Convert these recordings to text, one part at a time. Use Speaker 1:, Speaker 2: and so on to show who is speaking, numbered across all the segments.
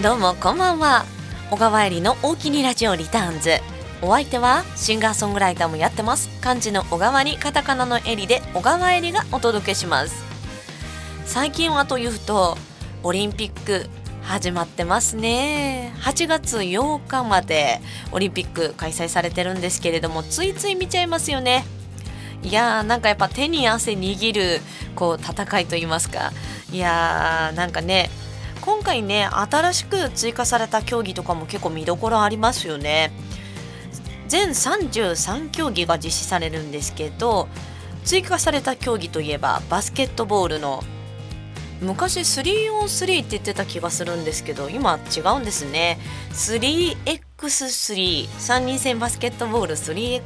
Speaker 1: どうもこんばんは。小川えりの大きにラジオリターンズ。お相手はシンガーソングライターもやってます、漢字の小川にカタカナのえりで小川えりがお届けします。最近はというとオリンピック始まってますね。8月8日までオリンピック開催されてるんですけれども、ついつい見ちゃいますよね。いやー、なんかやっぱ手に汗握る戦いといいますか、いやーなんかね、今回ね新しく追加された競技とかも結構見どころありますよね。全33競技が実施されるんですけど、追加された競技といえばバスケットボールの、昔 3on3 って言ってた気がするんですけど、今違うんですね。 3x3 3人戦バスケットボール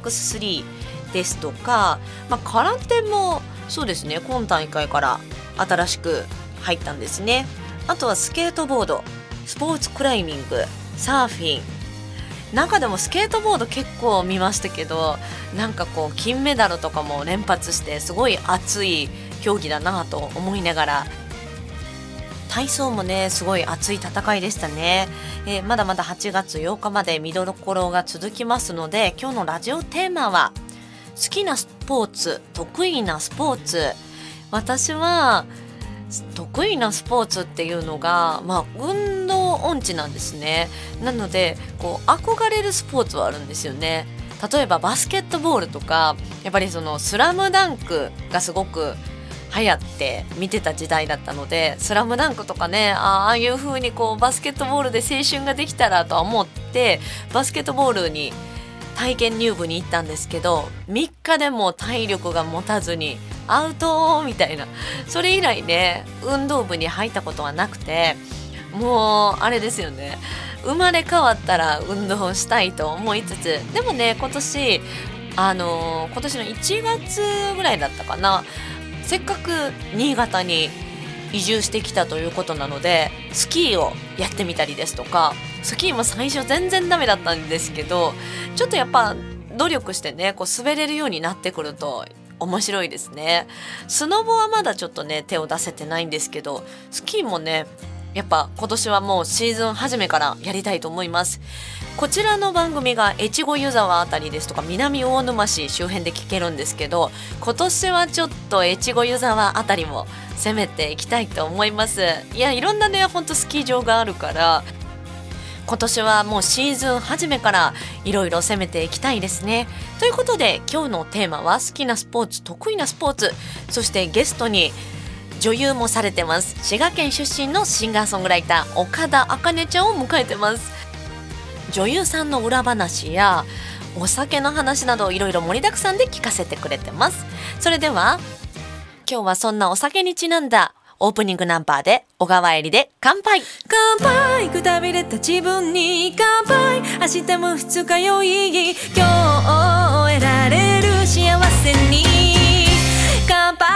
Speaker 1: 3x3 ですとか、空手もそうですね、今大会から新しく入ったんですね。あとはスケートボード、スポーツクライミング、サーフィン、中でもスケートボード結構見ましたけど、なんか金メダルとかも連発してすごい熱い競技だなと思いながら、体操もねすごい熱い戦いでしたね。まだまだ8月8日まで見どころが続きますので、今日のラジオテーマは好きなスポーツ、得意なスポーツ。私は得意なスポーツっていうのが、運動音痴なんですね。なので憧れるスポーツはあるんですよね。例えばバスケットボールとか、やっぱりそのスラムダンクがすごく流行って見てた時代だったので、スラムダンクとかね、ああいう風にバスケットボールで青春ができたらとは思ってバスケットボールに体験入部に行ったんですけど、3日でも体力が持たずにアウトみたいな、それ以来ね運動部に入ったことはなくて、もうあれですよね、生まれ変わったら運動したいと思いつつ、でもね今年の1月ぐらいだったかな、せっかく新潟に移住してきたということなので、スキーをやってみたりですとか、スキーも最初全然ダメだったんですけど、ちょっとやっぱ努力してね滑れるようになってくると面白いですね。スノボはまだちょっとね手を出せてないんですけど、スキーもねやっぱ今年はもうシーズン初めからやりたいと思います。こちらの番組が越後湯沢あたりですとか南魚沼市周辺で聞けるんですけど、今年はちょっと越後湯沢あたりも攻めていきたいと思います。いろんなねほんとスキー場があるから、今年はもうシーズン初めからいろいろ攻めていきたいですね。ということで今日のテーマは好きなスポーツ、得意なスポーツ、そしてゲストに女優もされてます滋賀県出身のシンガーソングライター岡田茜ちゃんを迎えてます。女優さんの裏話やお酒の話などいろいろ盛りだくさんで聞かせてくれてます。それでは今日はそんなお酒にちなんだオープニングナンバーで小川えりで乾杯。
Speaker 2: 乾杯、くたびれた自分に乾杯、明日も二日酔い、今日を得られる幸せに乾杯。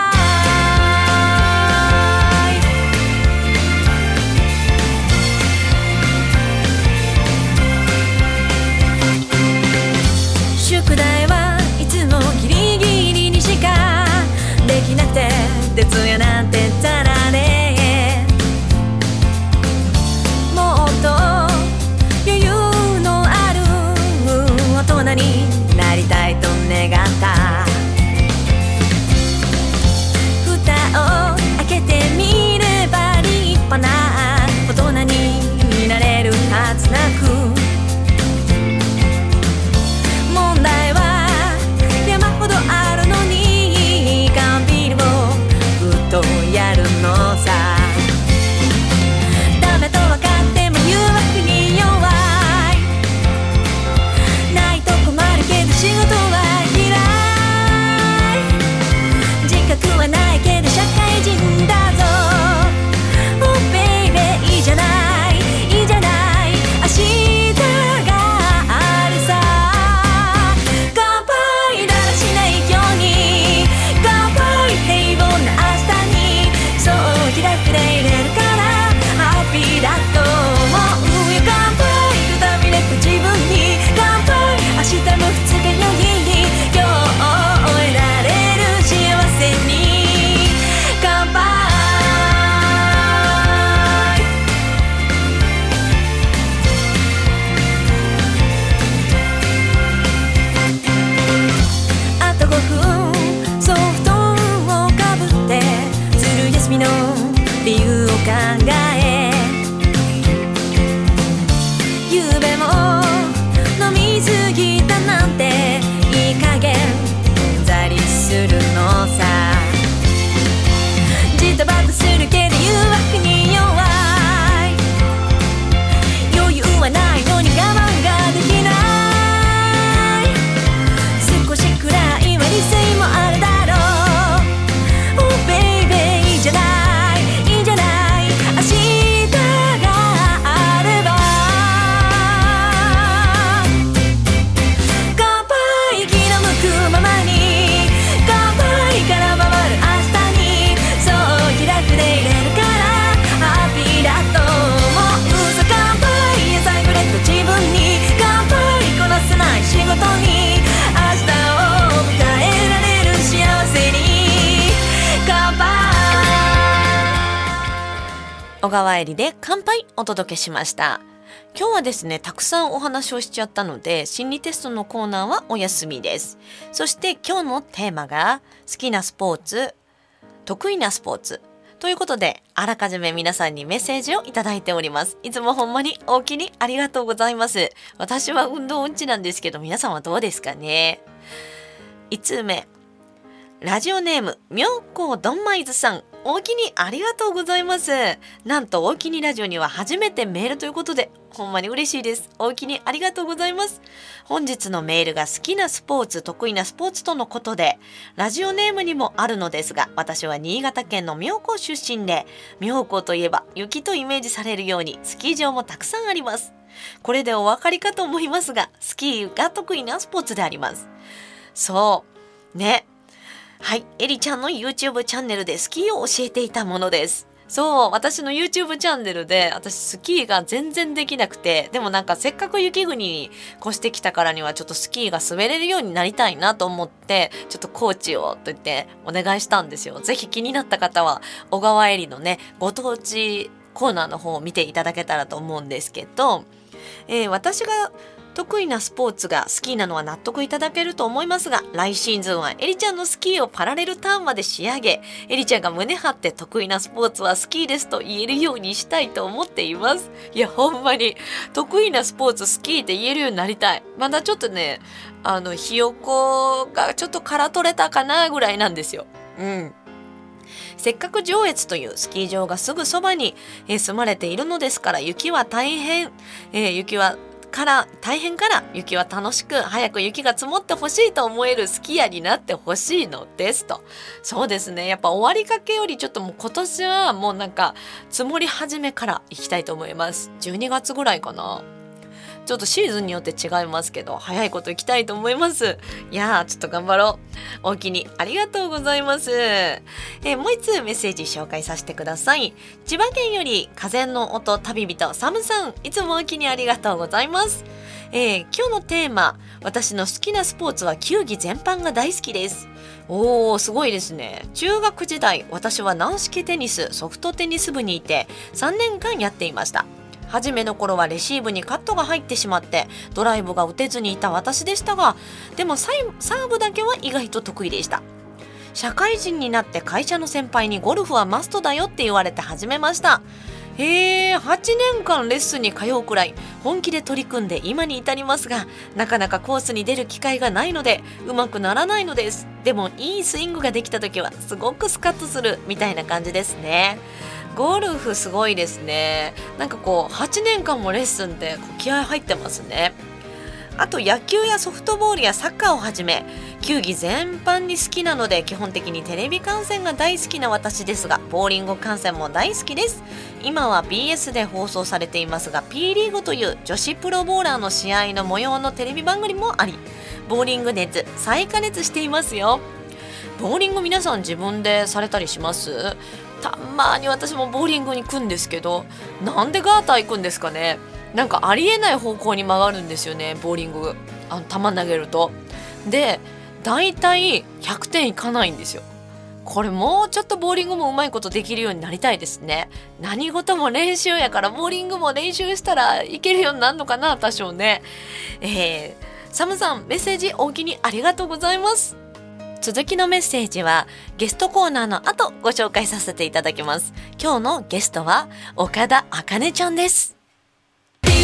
Speaker 2: 宿題はいつもギリギリにしかできなくて、徹夜なんてざらで、もっと余裕のある大人になりたいと願った。蓋を開けてみれば立派な大人になれるはずなく、問題は山ほどあるのに缶ビールをふとやるのさ。ダメと分かっても誘惑に弱い、ないと困るけど仕事は嫌い、自覚はないけど社会人だぞ。 Oh baby いいじゃないいいじゃない、明日
Speaker 1: 川えりで乾杯お届けしました。今日はですね、たくさんお話をしちゃったので、心理テストのコーナーはお休みです。そして今日のテーマが好きなスポーツ、得意なスポーツということで、あらかじめ皆さんにメッセージをいただいております。いつもほんまにおおきにありがとうございます。私は運動音痴なんですけど、皆さんはどうですかね。1通目、ラジオネーム妙高どんまいずさん、おおきにありがとうございます。なんとおおきにラジオには初めてメールということで、ほんまに嬉しいです。おおきにありがとうございます。本日のメールが好きなスポーツ、得意なスポーツとのことで、ラジオネームにもあるのですが、私は新潟県の妙高出身で、妙高といえば雪とイメージされるようにスキー場もたくさんあります。これでお分かりかと思いますが、スキーが得意なスポーツであります。そうね、はい、エリちゃんの YouTube チャンネルでスキーを教えていたものです。そう、私の YouTube チャンネルで、私スキーが全然できなくて、でもなんかせっかく雪国に越してきたからにはちょっとスキーが滑れるようになりたいなと思って、ちょっとコーチをと言ってお願いしたんですよ。ぜひ気になった方は小川えりのね、ご当地コーナーの方を見ていただけたらと思うんですけど、私が得意なスポーツが好きなのは納得いただけると思いますが、来シーズンはエリちゃんのスキーをパラレルターンまで仕上げ、エリちゃんが胸張って得意なスポーツはスキーですと言えるようにしたいと思っています。いやほんまに得意なスポーツスキーって言えるようになりたい。まだちょっとね、ひよこがちょっとから取れたかなぐらいなんですよ。せっかく上越というスキー場がすぐそばに、住まれているのですから、雪は大変、雪は楽しく早く雪が積もってほしいと思えるスキーヤーになってほしいのですと。そうですね、やっぱ終わりかけよりちょっともう今年はもうなんか積もり始めから行きたいと思います。12月ぐらいかな。ちょっとシーズンによって違いますけど、早いこと行きたいと思います。いやー、ちょっと頑張ろう。おおきにありがとうございます。もう一通メッセージ紹介させてください。千葉県より風の音旅人サムさん、いつもおおきにありがとうございます。今日のテーマ、私の好きなスポーツは球技全般が大好きです。おー、すごいですね。中学時代、私は軟式テニス、ソフトテニス部にいて3年間やっていました。初めの頃はレシーブにカットが入ってしまってドライブが打てずにいた私でしたが、でもサーブだけは意外と得意でした。社会人になって会社の先輩にゴルフはマストだよって言われて始めました。8年間レッスンに通うくらい本気で取り組んで今に至りますが、なかなかコースに出る機会がないのでうまくならないのです。でもいいスイングができた時はすごくスカッとするみたいな感じですね。ゴルフすごいですね。なんかこう8年間もレッスンで気合入ってますね。あと野球やソフトボールやサッカーをはじめ球技全般に好きなので、基本的にテレビ観戦が大好きな私ですが、ボーリング観戦も大好きです。今は BS で放送されていますが、 P リーグという女子プロボーラーの試合の模様のテレビ番組もあり、ボーリング熱再加熱していますよ。ボーリング皆さん自分でされたりします？たまに私もボーリングに行くんですけど、なんでガーター行くんですかね。なんかありえない方向に曲がるんですよね、ボーリング。球投げると。で、だいたい100点いかないんですよ。これもうちょっとボーリングもうまいことできるようになりたいですね。何事も練習やから、ボーリングも練習したらいけるようになるのかな、多少ね。サムさん、メッセージおおきにありがとうございます。続きのメッセージはゲストコーナーの後ご紹介させていただきます。今日のゲストは岡田茜ちゃんです。これ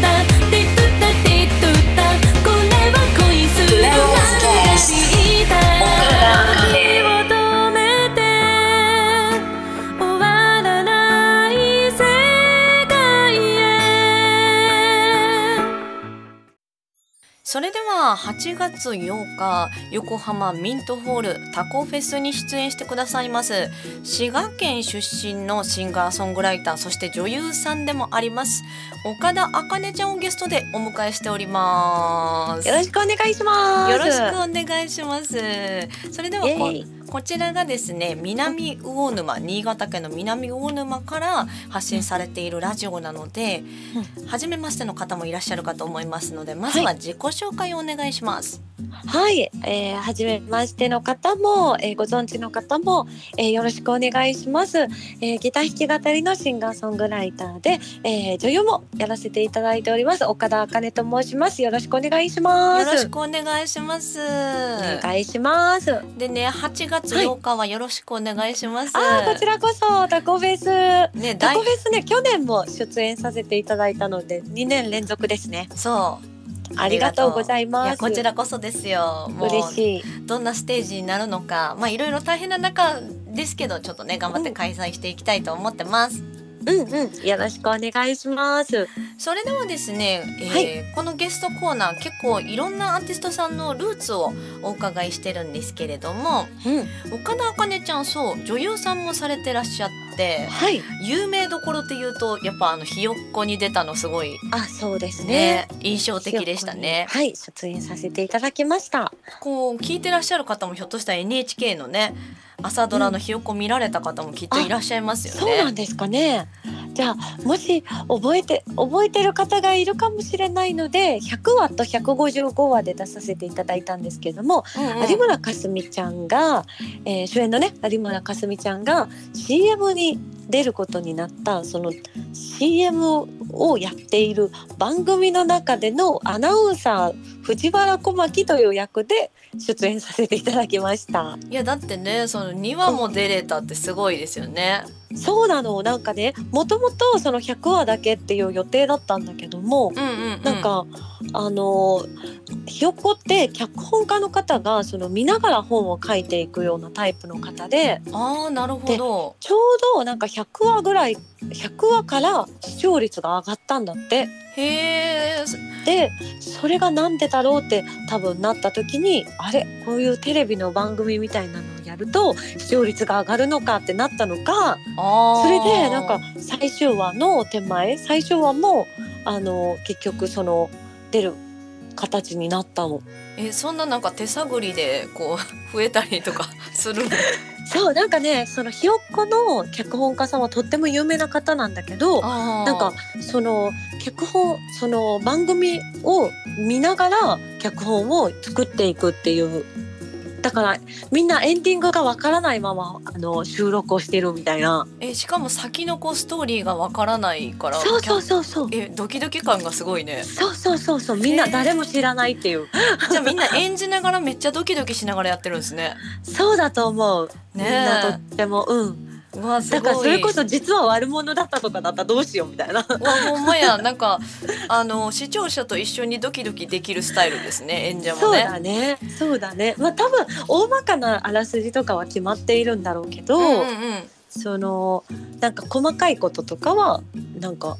Speaker 1: は恋するそれでは8月8日、横浜ミントホールタコフェスに出演してくださいます滋賀県出身のシンガーソングライター、そして女優さんでもあります岡田茜ちゃんをゲストでお迎えしております。
Speaker 3: よろしくお願いします。
Speaker 1: よろしくお願いします。それではこちらがですね、南魚沼、新潟県の南魚沼から発信されているラジオなので、初めましての方もいらっしゃるかと思いますので、まずは自己紹介をお願いします。
Speaker 3: はい、初めましての方も、ご存知の方も、よろしくお願いします。ギター弾き語りのシンガーソングライターで、女優もやらせていただいております岡田茜と申します。よろしくお願いします。
Speaker 1: よろしくお願いします。
Speaker 3: お願いします。
Speaker 1: でね、8月8日はよろしくお願いします。
Speaker 3: こちらこそタコフェス、ね、タコフェスね、去年も出演させていただいたので2年連続ですね。
Speaker 1: そう
Speaker 3: ありがとうございます。
Speaker 1: いや、こちらこそですよ。もう
Speaker 3: 嬉しい。
Speaker 1: どんなステージになるのか、いろいろ大変な中ですけど、ちょっとね頑張って開催していきたいと思ってます。
Speaker 3: よろしくお願いします。
Speaker 1: それではですね、このゲストコーナー結構いろんなアーティストさんのルーツをお伺いしてるんですけれども、岡田茜ちゃん、そう女優さんもされてらっしゃって、有名どころっていうとやっぱひよっこに出たのすごい、
Speaker 3: そうですね、
Speaker 1: 印象的でしたね。
Speaker 3: 出演させていただきました。
Speaker 1: こう聞いてらっしゃる方もひょっとしたら NHK のね朝ドラのひよっこ見られた方もきっといらっしゃいますよね。
Speaker 3: そうなんですかね。じゃあもし覚えてる方がいるかもしれないので、100話と155話で出させていただいたんですけども、有村架純ちゃんが、主演のね有村架純ちゃんが CM に出ることになった、その CM をやっている番組の中でのアナウンサー藤原小牧という役で出演させていただきました。
Speaker 1: いやだってね、その2話も出れたってすごいですよね。
Speaker 3: そうなの。なんかね、もともとその100話だけっていう予定だったんだけども、なんかひよっこって脚本家の方がその見ながら本を書いていくようなタイプの方で、
Speaker 1: なるほど。
Speaker 3: ちょうどなんか100話ぐらい、100話から視聴率が上がったんだって。
Speaker 1: へー。
Speaker 3: でそれがなんでだろうって多分なった時に、こういうテレビの番組みたいなのをやると視聴率が上がるのかってなったのか、それでなんか最終話の手前、最終話も結局その出る形になったの。
Speaker 1: そんななんか手探りでこう増えたりとかするの？
Speaker 3: そう、なんかね、そのひよっこの脚本家さんはとっても有名な方なんだけど、なんかそのその番組を見ながら脚本を作っていくっていう、だからみんなエンディングがわからないまま収録をしてるみたいな。
Speaker 1: しかも先のストーリーがわからないから、
Speaker 3: そう
Speaker 1: ドキドキ感がすごいね。
Speaker 3: そうみんな誰も知らないっていう。
Speaker 1: じゃあみんな演じながらめっちゃドキドキしながらやってるんですね。
Speaker 3: そうだと思う。みんなとってもだからそれこそ実は悪者だったとかだったらどうしようみたいな。
Speaker 1: ほんまや、なんか視聴者と一緒にドキドキできるスタイルですね、演者もね。
Speaker 3: そうだね。多分大まかなあらすじとかは決まっているんだろうけど、そのなんか細かいこととかはなんか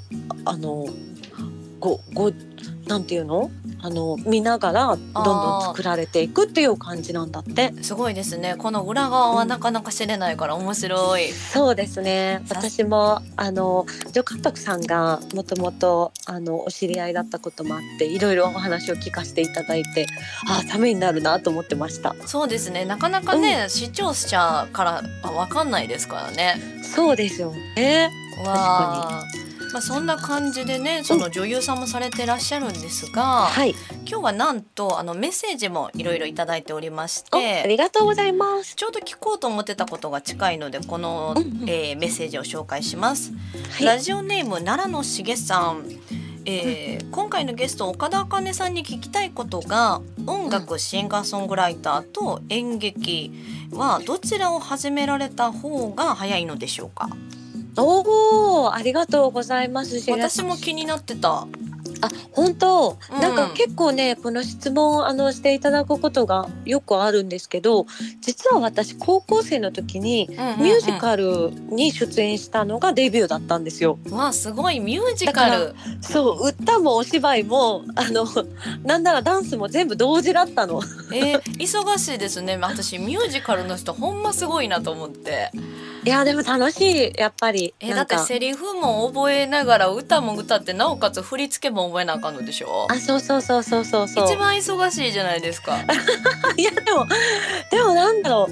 Speaker 3: なんていうの、見ながらどんどん作られていくっていう感じなんだって。
Speaker 1: すごいですね。この裏側はなかなか知れないから面白い。
Speaker 3: そうですね。私も助監督さんがもともとお知り合いだったこともあって、いろいろお話を聞かせていただいて、ためになるなと思ってました。
Speaker 1: そうですね。なかなかね、視聴者から分かんないですからね。
Speaker 3: そうですよね。確かに。
Speaker 1: そんな感じでね、その女優さんもされてらっしゃるんですが、今日はなんとメッセージもいろいろいただいておりまして、
Speaker 3: ありがとうございます。
Speaker 1: ちょうど聞こうと思ってたことが近いので、この、メッセージを紹介します。ラジオネーム奈良のしげさん、今回のゲスト岡田茜さんに聞きたいことが、音楽、シンガーソングライターと演劇はどちらを始められた方が早いのでしょうか？
Speaker 3: ありがとうございます。
Speaker 1: 私も気になってた。
Speaker 3: 本当、なんか結構ね、この質問していただくことがよくあるんですけど、実は私高校生の時にミュージカルに出演したのがデビューだったんですよ。
Speaker 1: わあ、すごい。ミュージカル。
Speaker 3: そう、歌もお芝居もなんならダンスも全部同時だったの。
Speaker 1: 忙しいですね。私ミュージカルの人ほんますごいなと思って。
Speaker 3: いやでも楽しい、やっぱり。
Speaker 1: だってセリフも覚えながら歌も歌って、なおかつ振り付けも覚えなあかんのでしょ。
Speaker 3: そう一
Speaker 1: 番忙しいじゃないですか。
Speaker 3: いやでもなんだろう、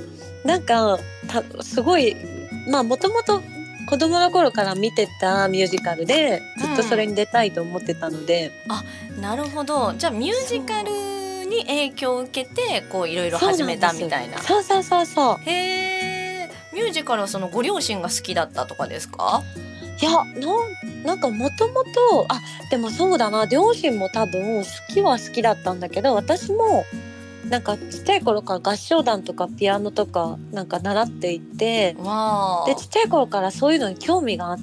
Speaker 3: なんかすごいもともと子供の頃から見てたミュージカルでずっとそれに出たいと思ってたので、
Speaker 1: なるほど。じゃあミュージカルに影響を受けてこういろいろ始めたみたいな。
Speaker 3: そう
Speaker 1: へー。ミュージカルはそのご両親が好きだったとかですか？
Speaker 3: いやなんかもともとでもそうだな、両親も多分好きは好きだったんだけど、私もなんかちっちゃい頃から合唱団とかピアノとかなんか習っていて、でちっちゃい頃からそういうのに興味があって、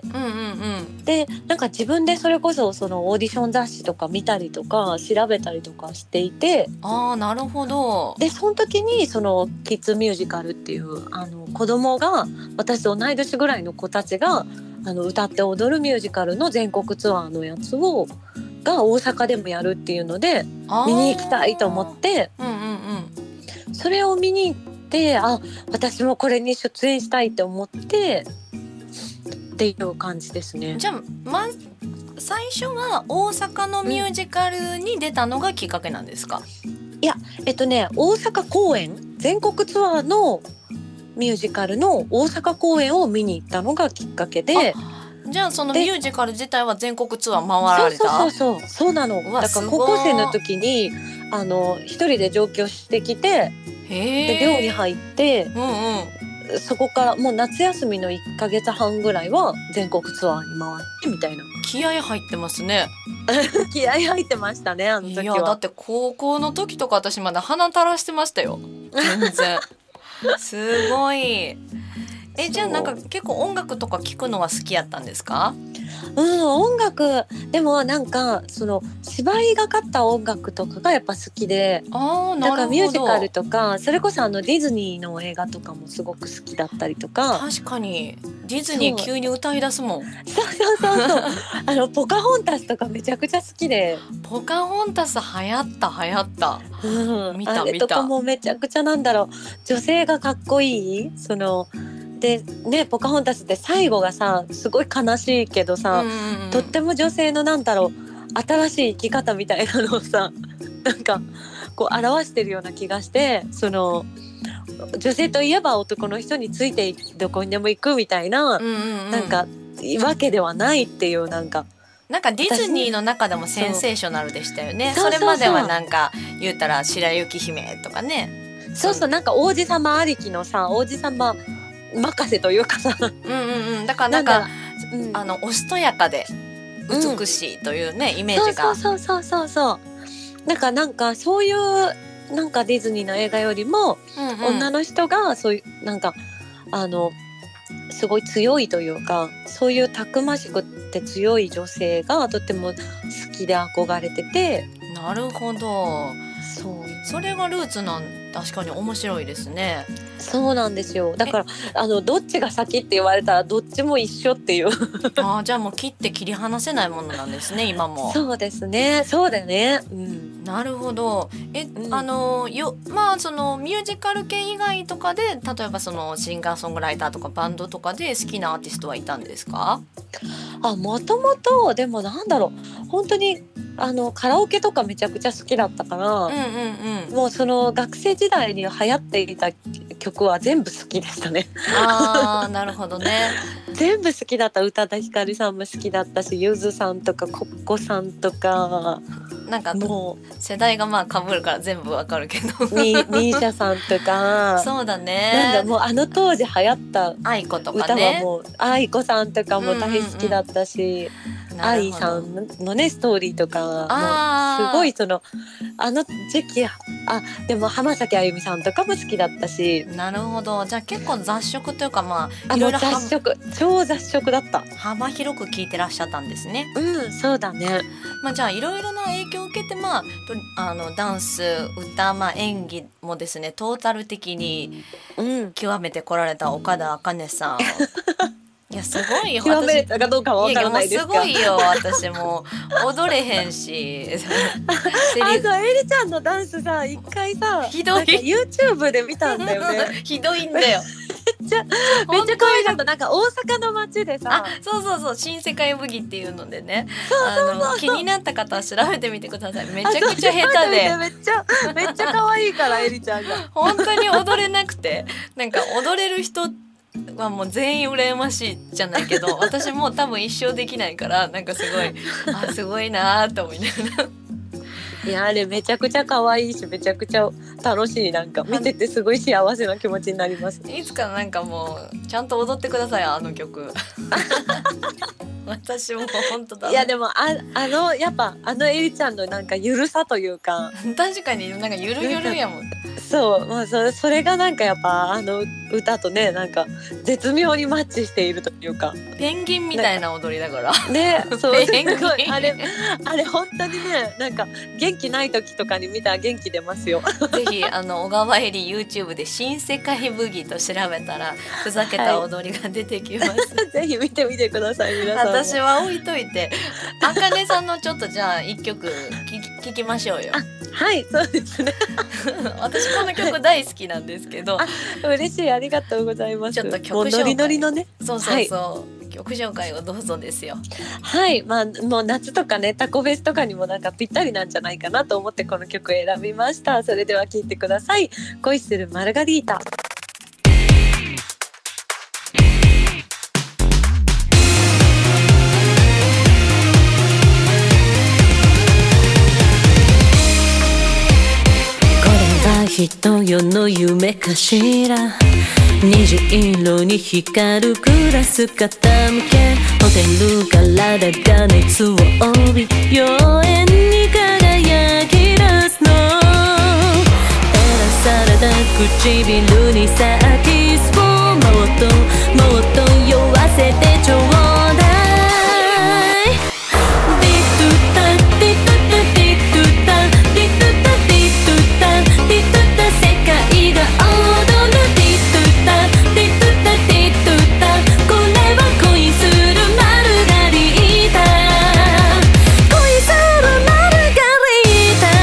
Speaker 3: でなんか自分でそれこそそのオーディション雑誌とか見たりとか調べたりとかしていて、
Speaker 1: なるほど。
Speaker 3: でその時にそのキッズミュージカルっていう子供が私と同い年ぐらいの子たちが歌って踊るミュージカルの全国ツアーのやつが大阪でもやるっていうので見に行きたいと思って、それを見に行って私もこれに出演したいって思ってっていう感じですね。
Speaker 1: じゃあ最初は大阪のミュージカルに出たのがきっかけなんですか？
Speaker 3: いや大阪公演全国ツアーのミュージカルの大阪公演を見に行ったのがきっかけで、
Speaker 1: じゃあそのミュージカル自体は全国ツアー回られた？
Speaker 3: そうなの。だから高校生の時に一人で上京してきて、で寮に入って、そこからもう夏休みの1ヶ月半ぐらいは全国ツアーに回ってみたいな。
Speaker 1: 気合入ってますね。
Speaker 3: 気合入ってましたね、あの時は。
Speaker 1: いやだって高校の時とか私まだ鼻垂らしてましたよ。全然すごい。じゃあなんか結構音楽とか聞くのは好きやったんですか？
Speaker 3: 音楽でもなんかその芝居がかった音楽とかがやっぱ好きで、だからミュージカルとかそれこそディズニーの映画とかもすごく好きだったりとか。
Speaker 1: 確かにディズニー急に歌い出すもん。
Speaker 3: そうポカホンタスとかめちゃくちゃ好きで。
Speaker 1: ポカホンタス流行った、見た
Speaker 3: あれとかもめちゃくちゃ女性がかっこいいでね、ポカホンタスって最後がさすごい悲しいけどさ、とっても女性の新しい生き方みたいなのをさなんかこう表してるような気がして、その女性といえば男の人についてどこにでも行くみたいな、なんかわけではないっていうなんか
Speaker 1: ディズニーの中でもセンセーショナルでしたよね。それまではなんか言うたら白雪姫とかね。
Speaker 3: なんか王子様ありきのさ王子様任せというかさ、
Speaker 1: だからなんかおしとやかで美しいというね、イメージが。
Speaker 3: そうなんかそういうなんかディズニーの映画よりも、女の人がそういうなんかすごい強いというか、そういうたくましくって強い女性がとても好きで憧れてて。
Speaker 1: なるほど。それがルーツ確かに面白いですね。
Speaker 3: そうなんですよ。だからどっちが先って言われたらどっちも一緒っていう
Speaker 1: じゃあもう切って切り離せないものなんですね今も。
Speaker 3: そうですね、そうだよね。
Speaker 1: なるほど。そのミュージカル系以外とかで例えばそのシンガーソングライターとかバンドとかで好きなアーティストはいたんですか？
Speaker 3: もともとでも本当にカラオケとかめちゃくちゃ好きだったから、もうその学生時代に流行っていた曲は全部好きでしたね。
Speaker 1: なるほどね。
Speaker 3: 全部好きだった。宇多田ヒカルさんも好きだったし、ゆずさんとかコッコさんとか、
Speaker 1: なんかもう世代が被るから全部わかるけど
Speaker 3: ミーシャさんとか
Speaker 1: そうだね。
Speaker 3: もう当時流行った
Speaker 1: 愛子とか
Speaker 3: 歌
Speaker 1: ね、
Speaker 3: はもう愛子さんとかも大好きだったし、愛さんのねストーリーとかもすごい時期でも浜崎あゆみさんとかも好きだったし。
Speaker 1: なるほど。じゃあ結構雑食というかいろいろ
Speaker 3: 超雑食だった。
Speaker 1: 幅広く聴いてらっしゃったんですね。
Speaker 3: そうだね。
Speaker 1: じゃあいろいろな影響を受けてダンス歌、演技もですねトータル的に極めてこられた岡田茜さんいやすごいよ。
Speaker 3: 極めれたかどうかは分からないですか。
Speaker 1: すごいよ。私も踊れへんしエリ
Speaker 3: ちゃんのダンスさ一回さ
Speaker 1: ひどい
Speaker 3: YouTube で見たんだよね
Speaker 1: ひどいんだよ
Speaker 3: ちゃ可愛かった。なんか大阪の街でさ、
Speaker 1: そう新世界ブギっていうのでね、気になった方は調べてみてください。めちゃくちゃ下手で
Speaker 3: めっちゃ可愛いからエリちゃんが
Speaker 1: 本当に踊れなくて、なんか踊れる人はもう全員羨ましいじゃないけど、私もう多分一生できないから、なんかすごいなと思いながら
Speaker 3: いやあれめちゃくちゃ可愛いし、めちゃくちゃ楽しい。なんか見ててすごい幸せな気持ちになります。
Speaker 1: いつかなんかもうちゃんと踊ってください、あの曲私も本当だ。
Speaker 3: いやでもやっぱエリちゃんのなんかゆるさというか
Speaker 1: 確かになんかゆるゆるやもん。
Speaker 3: そう、まあ、それがなんかやっぱ歌とね、なんか絶妙にマッチしているというか、
Speaker 1: ペンギンみたいな踊りだから
Speaker 3: ね、そうす
Speaker 1: ペンギン
Speaker 3: ごいあれ本当にね、なんか元気ない時とかに見たら元気出ますよ
Speaker 1: ぜひ小川エリ YouTube で新世界ブギと調べたらふざけた踊りが出てきます、
Speaker 3: ぜひ見てみてください、皆さんも。
Speaker 1: 私は置いといて、あかねさんのちょっとじゃあ一曲聞きましょうよ。
Speaker 3: はい、そうですね
Speaker 1: 私この曲大好きなんですけど
Speaker 3: 嬉しい、ありがとうございます。
Speaker 1: ちょっと曲紹介、
Speaker 3: もうノリノリのね、
Speaker 1: そう、はい、曲紹介をどうぞですよ。
Speaker 3: はい、まあもう夏とかね、タコフェスとかにもなんかぴったりなんじゃないかなと思ってこの曲を選びました。それでは聴いてください。恋するマルガリータ。
Speaker 2: 人よの夢かしら、虹色に光るグラス傾け、ホテル体が熱を帯び妖艶に輝き出すの、照らされた唇にさキスをもっと酔わせてちょうだい。ディトゥタディトゥタディトゥタディトゥタディトゥタディトゥタ、世界が踊るディトゥタディトゥタディトゥタ、これは恋するマルガリータ、恋するマルガリータ。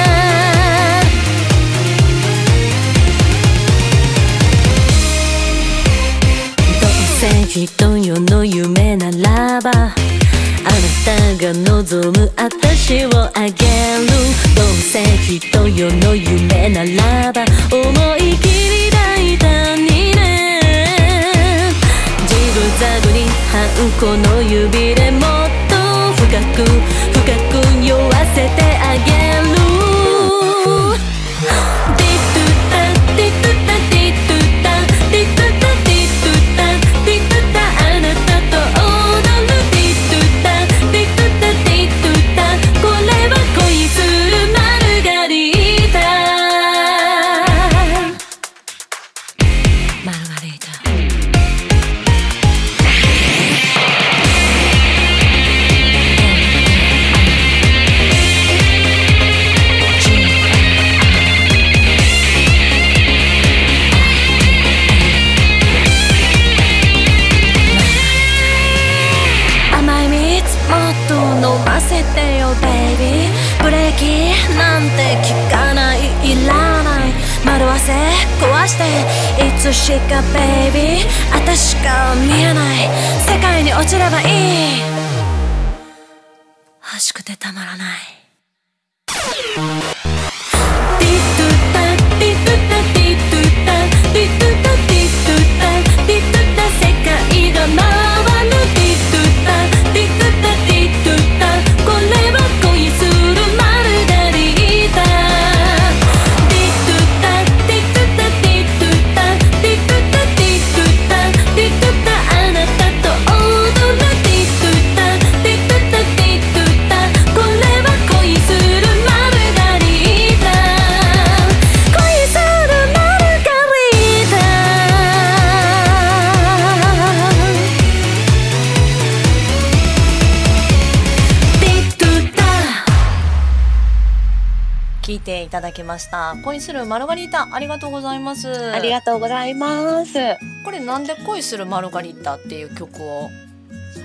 Speaker 2: どうせ人よの夢ならば、あなたが望む私をあげる。どうせ人よの夢ならば、思い切り大胆にね、ジグザグにハンコの指でもっと深く酔わせてあげる。ディトゥタディトゥタディトゥタディトゥタディトゥタディトゥタ、あなたと踊るディトゥタディトゥタディトゥタ、これは恋するマルガリータ、マルガリータ。甘い蜜もっと飲ませてよベイビー、ブレーキなんて効かない、いらない、惑わせ壊していつしかベイビー、私しか見えない世界に落ちればいい、欲しくてたまらない。ディトゥタディトゥタディトゥタディトゥタディトゥタディトゥタ、世界が回るディトゥタディトゥタディトゥタ、これは恋するマルガリータ。ディトゥタディトゥタディトゥタディトゥタディトゥタディトゥタ、あなたと踊るディトゥタディトゥタディトゥタ、これは恋するマルガリータ、恋するマルガリータ。ディトゥタ。
Speaker 1: 聞いていただきました恋するマルガリータ、ありがとうございます。
Speaker 3: ありがとうございます。
Speaker 1: これなんで恋するマルガリータっていう曲を？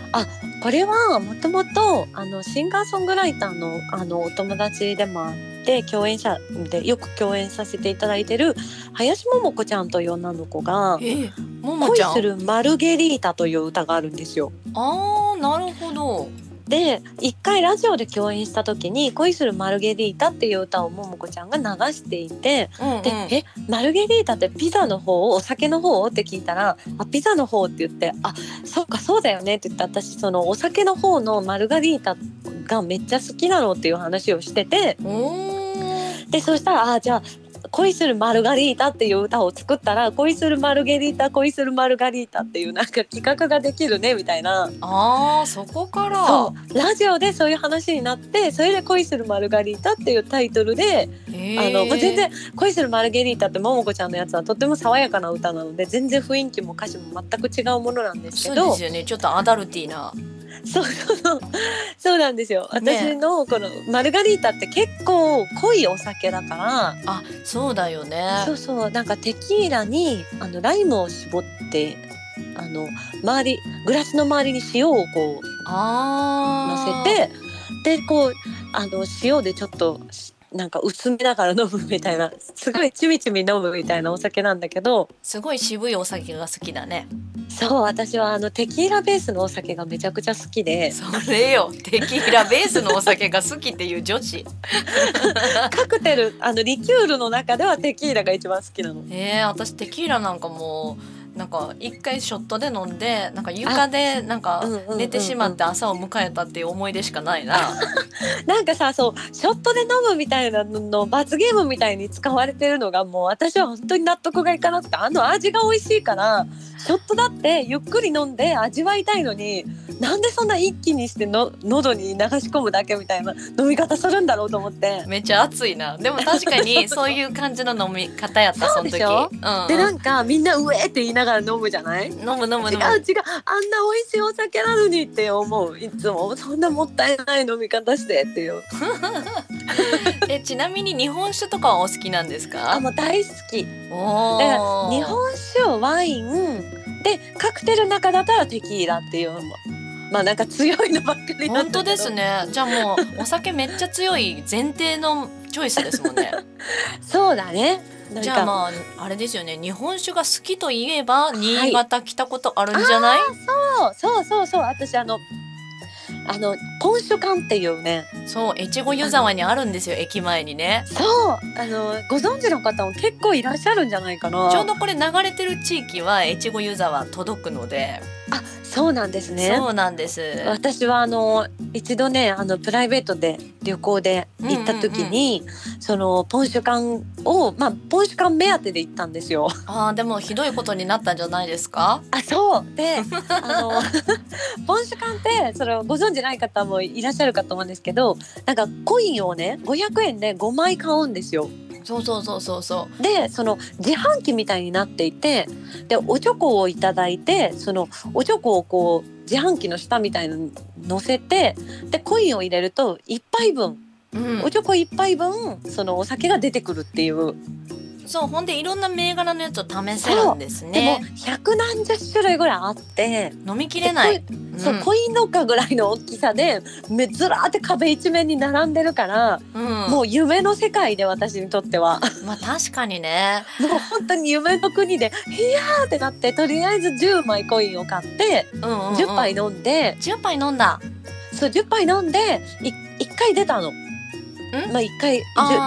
Speaker 3: これはもともとシンガーソングライターのお友達でもあって共演者でよく共演させていただいてる林桃子ちゃんという女の子が
Speaker 1: 桃ちゃん
Speaker 3: 恋するマルゲリータという歌があるんですよ。
Speaker 1: なるほど。
Speaker 3: で一回ラジオで共演した時に恋するマルゲリータっていう歌を桃子ちゃんが流していて、でマルゲリータってピザの方お酒の方って聞いたらピザの方って言ってそっかそうだよねって言って私そのお酒の方のマルガリータがめっちゃ好きなのっていう話をしてて、でそしたらじゃあ恋するマルガリータっていう歌を作ったら恋するマルゲリータ恋するマルガリータっていうなんか企画ができるねみたいな。
Speaker 1: そこから
Speaker 3: そうラジオでそういう話になってそれで恋するマルガリータっていうタイトルで全然恋するマルゲリータって桃子ちゃんのやつはとっても爽やかな歌なので全然雰囲気も歌詞も全く違うものなんですけど。
Speaker 1: そうですよね、ちょっとアダルティーな。
Speaker 3: そうなんですよ、私のこのマルガリータって結構濃いお酒だから。
Speaker 1: そうだよね。
Speaker 3: そうなんかテキーラにライムを絞ってグラスの周りに塩をこう乗せてでこう塩でちょっとなんか薄めながら飲むみたいなすごいちみちみ飲むみたいなお酒なんだけど、
Speaker 1: すごい渋いお酒が好きだね。
Speaker 3: そう私はテキーラベースのお酒がめちゃくちゃ好きで。
Speaker 1: それよ、テキーラベースのお酒が好きっていう女子
Speaker 3: カクテルリキュールの中ではテキーラが一番好きなの。
Speaker 1: 私テキーラなんかもうなんか一回ショットで飲んでなんか床でなんか寝てしまって朝を迎えたっていう思い出しかないな。
Speaker 3: なんかさそうショットで飲むみたいなの罰ゲームみたいに使われてるのがもう私は本当に納得がいかなくて味が美味しいからショットだってゆっくり飲んで味わいたいのになんでそんな一気にして喉に流し込むだけみたいな飲み方するんだろうと思って
Speaker 1: めっちゃ熱いな。でも確かにそういう感じの飲み方やったその時。
Speaker 3: でなんかみんなうえって言いながら飲むじゃない。違うあんな美味しいお酒なのにって思う。いつもそんなもったいない飲み方してっていう
Speaker 1: ちなみに日本酒とかはお好きなんですか？
Speaker 3: もう大好き。だから日本酒ワインでカクテルの中だったらテキーラっていうのもなんか強いのばっかりなんだけど。本
Speaker 1: 当ですね。じゃあもうお酒めっちゃ強い前提のチョイスですもんね。
Speaker 3: そうだね。
Speaker 1: じゃああれですよね、日本酒が好きといえば新潟来たことあるんじゃない？
Speaker 3: そう私ポンシュ館っていうね、
Speaker 1: そう越後湯沢にあるんですよ駅前にね。
Speaker 3: そうご存知の方も結構いらっしゃるんじゃないかな。
Speaker 1: ちょうどこれ流れてる地域は越後湯沢届くので。
Speaker 3: そうなんですね。
Speaker 1: そうなんです。
Speaker 3: 私は一度ねプライベートで旅行で行った時に、そのポンシュ館をポンシュ館目当てで行ったんですよ。
Speaker 1: でもひどいことになったんじゃないですか？
Speaker 3: そうでポンシュ館ってそれをご存知ない方もいらっしゃるかと思うんですけど、なんかコインをね500円で5枚買うんですよ。
Speaker 1: そう
Speaker 3: でその自販機みたいになっていて、でおチョコをいただいてそのおチョコをこう自販機の下みたいなのに乗せてでコインを入れると1杯分、おチョコ1杯分そのお酒が出てくるっていう。
Speaker 1: そうほんでいろんな銘柄のやつを試せるんですね。
Speaker 3: でも百何十種類ぐらいあって
Speaker 1: 飲みきれない。
Speaker 3: コインロッカーぐらいの大きさでずらーって壁一面に並んでるから、もう夢の世界で私にとっては
Speaker 1: 確かにね、
Speaker 3: もう本当に夢の国でヒヤーってなってとりあえず10枚コインを買って、10杯飲んで
Speaker 1: 10杯飲んだ。
Speaker 3: そう10杯飲んで1回出たの。1回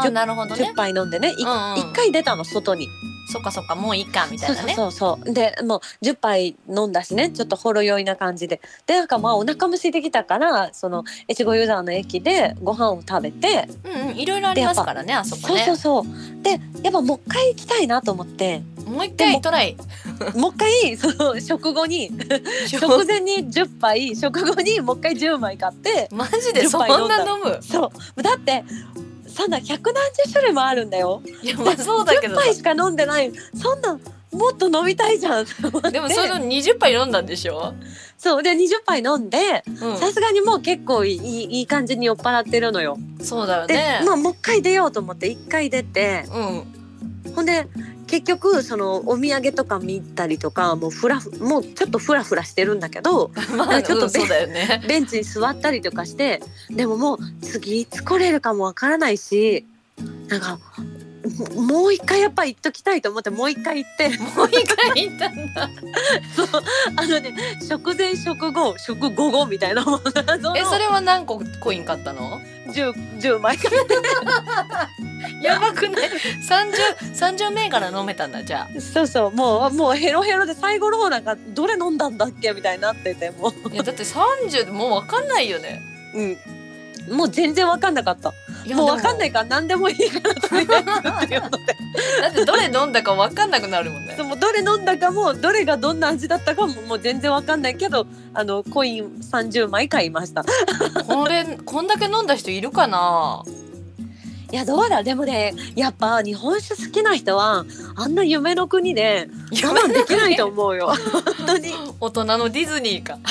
Speaker 3: 10杯飲んでね、1回出たの外に。
Speaker 1: そっかもういいかみたいなね。
Speaker 3: そうでもう10杯飲んだしね、ちょっとほろ酔いな感じでなんかお腹も空いてきたからその越後湯沢の駅でご飯を食べて、
Speaker 1: いろいろありますからねあそこね。
Speaker 3: そうでやっぱもう一回行きたいなと思って
Speaker 1: もう一回トライ
Speaker 3: もう一回その食後に食前に10杯食後にもう一回10枚買って
Speaker 1: マジでそんな飲む？
Speaker 3: そうだってそんな百何十種類もあるんだよ。
Speaker 1: いやそうだけど
Speaker 3: 10杯しか飲んでない。そんなもっと飲みたいじゃん。
Speaker 1: でもその20杯飲んだんでしょ？
Speaker 3: そうで20杯飲んでさすがにもう結構いい感じに酔っ払ってるのよ。
Speaker 1: そうだよね。
Speaker 3: でもう一回出ようと思って1回出て、ほんで結局そのお土産とか見たりとかもうちょっとフラフラしてるんだけど
Speaker 1: まあ、
Speaker 3: ちょっと
Speaker 1: そうだよね。
Speaker 3: ベンチに座ったりとかしてでももう次いつ来れるかもわからないしなんかもう一回やっぱり行っときたいと思ってもう一回行って
Speaker 1: もう一回行ったんだ。
Speaker 3: そう食前食後食後後みたいなもの
Speaker 1: それは何個コイン買ったの
Speaker 3: 10枚か
Speaker 1: やばくない30銘柄飲めたんだじゃあ。
Speaker 3: そうもうヘロヘロで最後の方なんかどれ飲んだんだっけみたいになっててもう
Speaker 1: いやだって30でもう分かんないよね。
Speaker 3: もう全然分かんなかった。もう分かんないから何でもいいからとりあえずっていうので
Speaker 1: だってどれ飲んだか分かんなくなるもんね。
Speaker 3: もうどれ飲んだかもどれがどんな味だったかももう全然分かんないけどコイン30枚買いました
Speaker 1: こんだけ飲んだ人いるかな。
Speaker 3: いやどうだでもねやっぱ日本酒好きな人はあんな夢の国で我慢できないと思うよ本当に
Speaker 1: 大人のディズニーか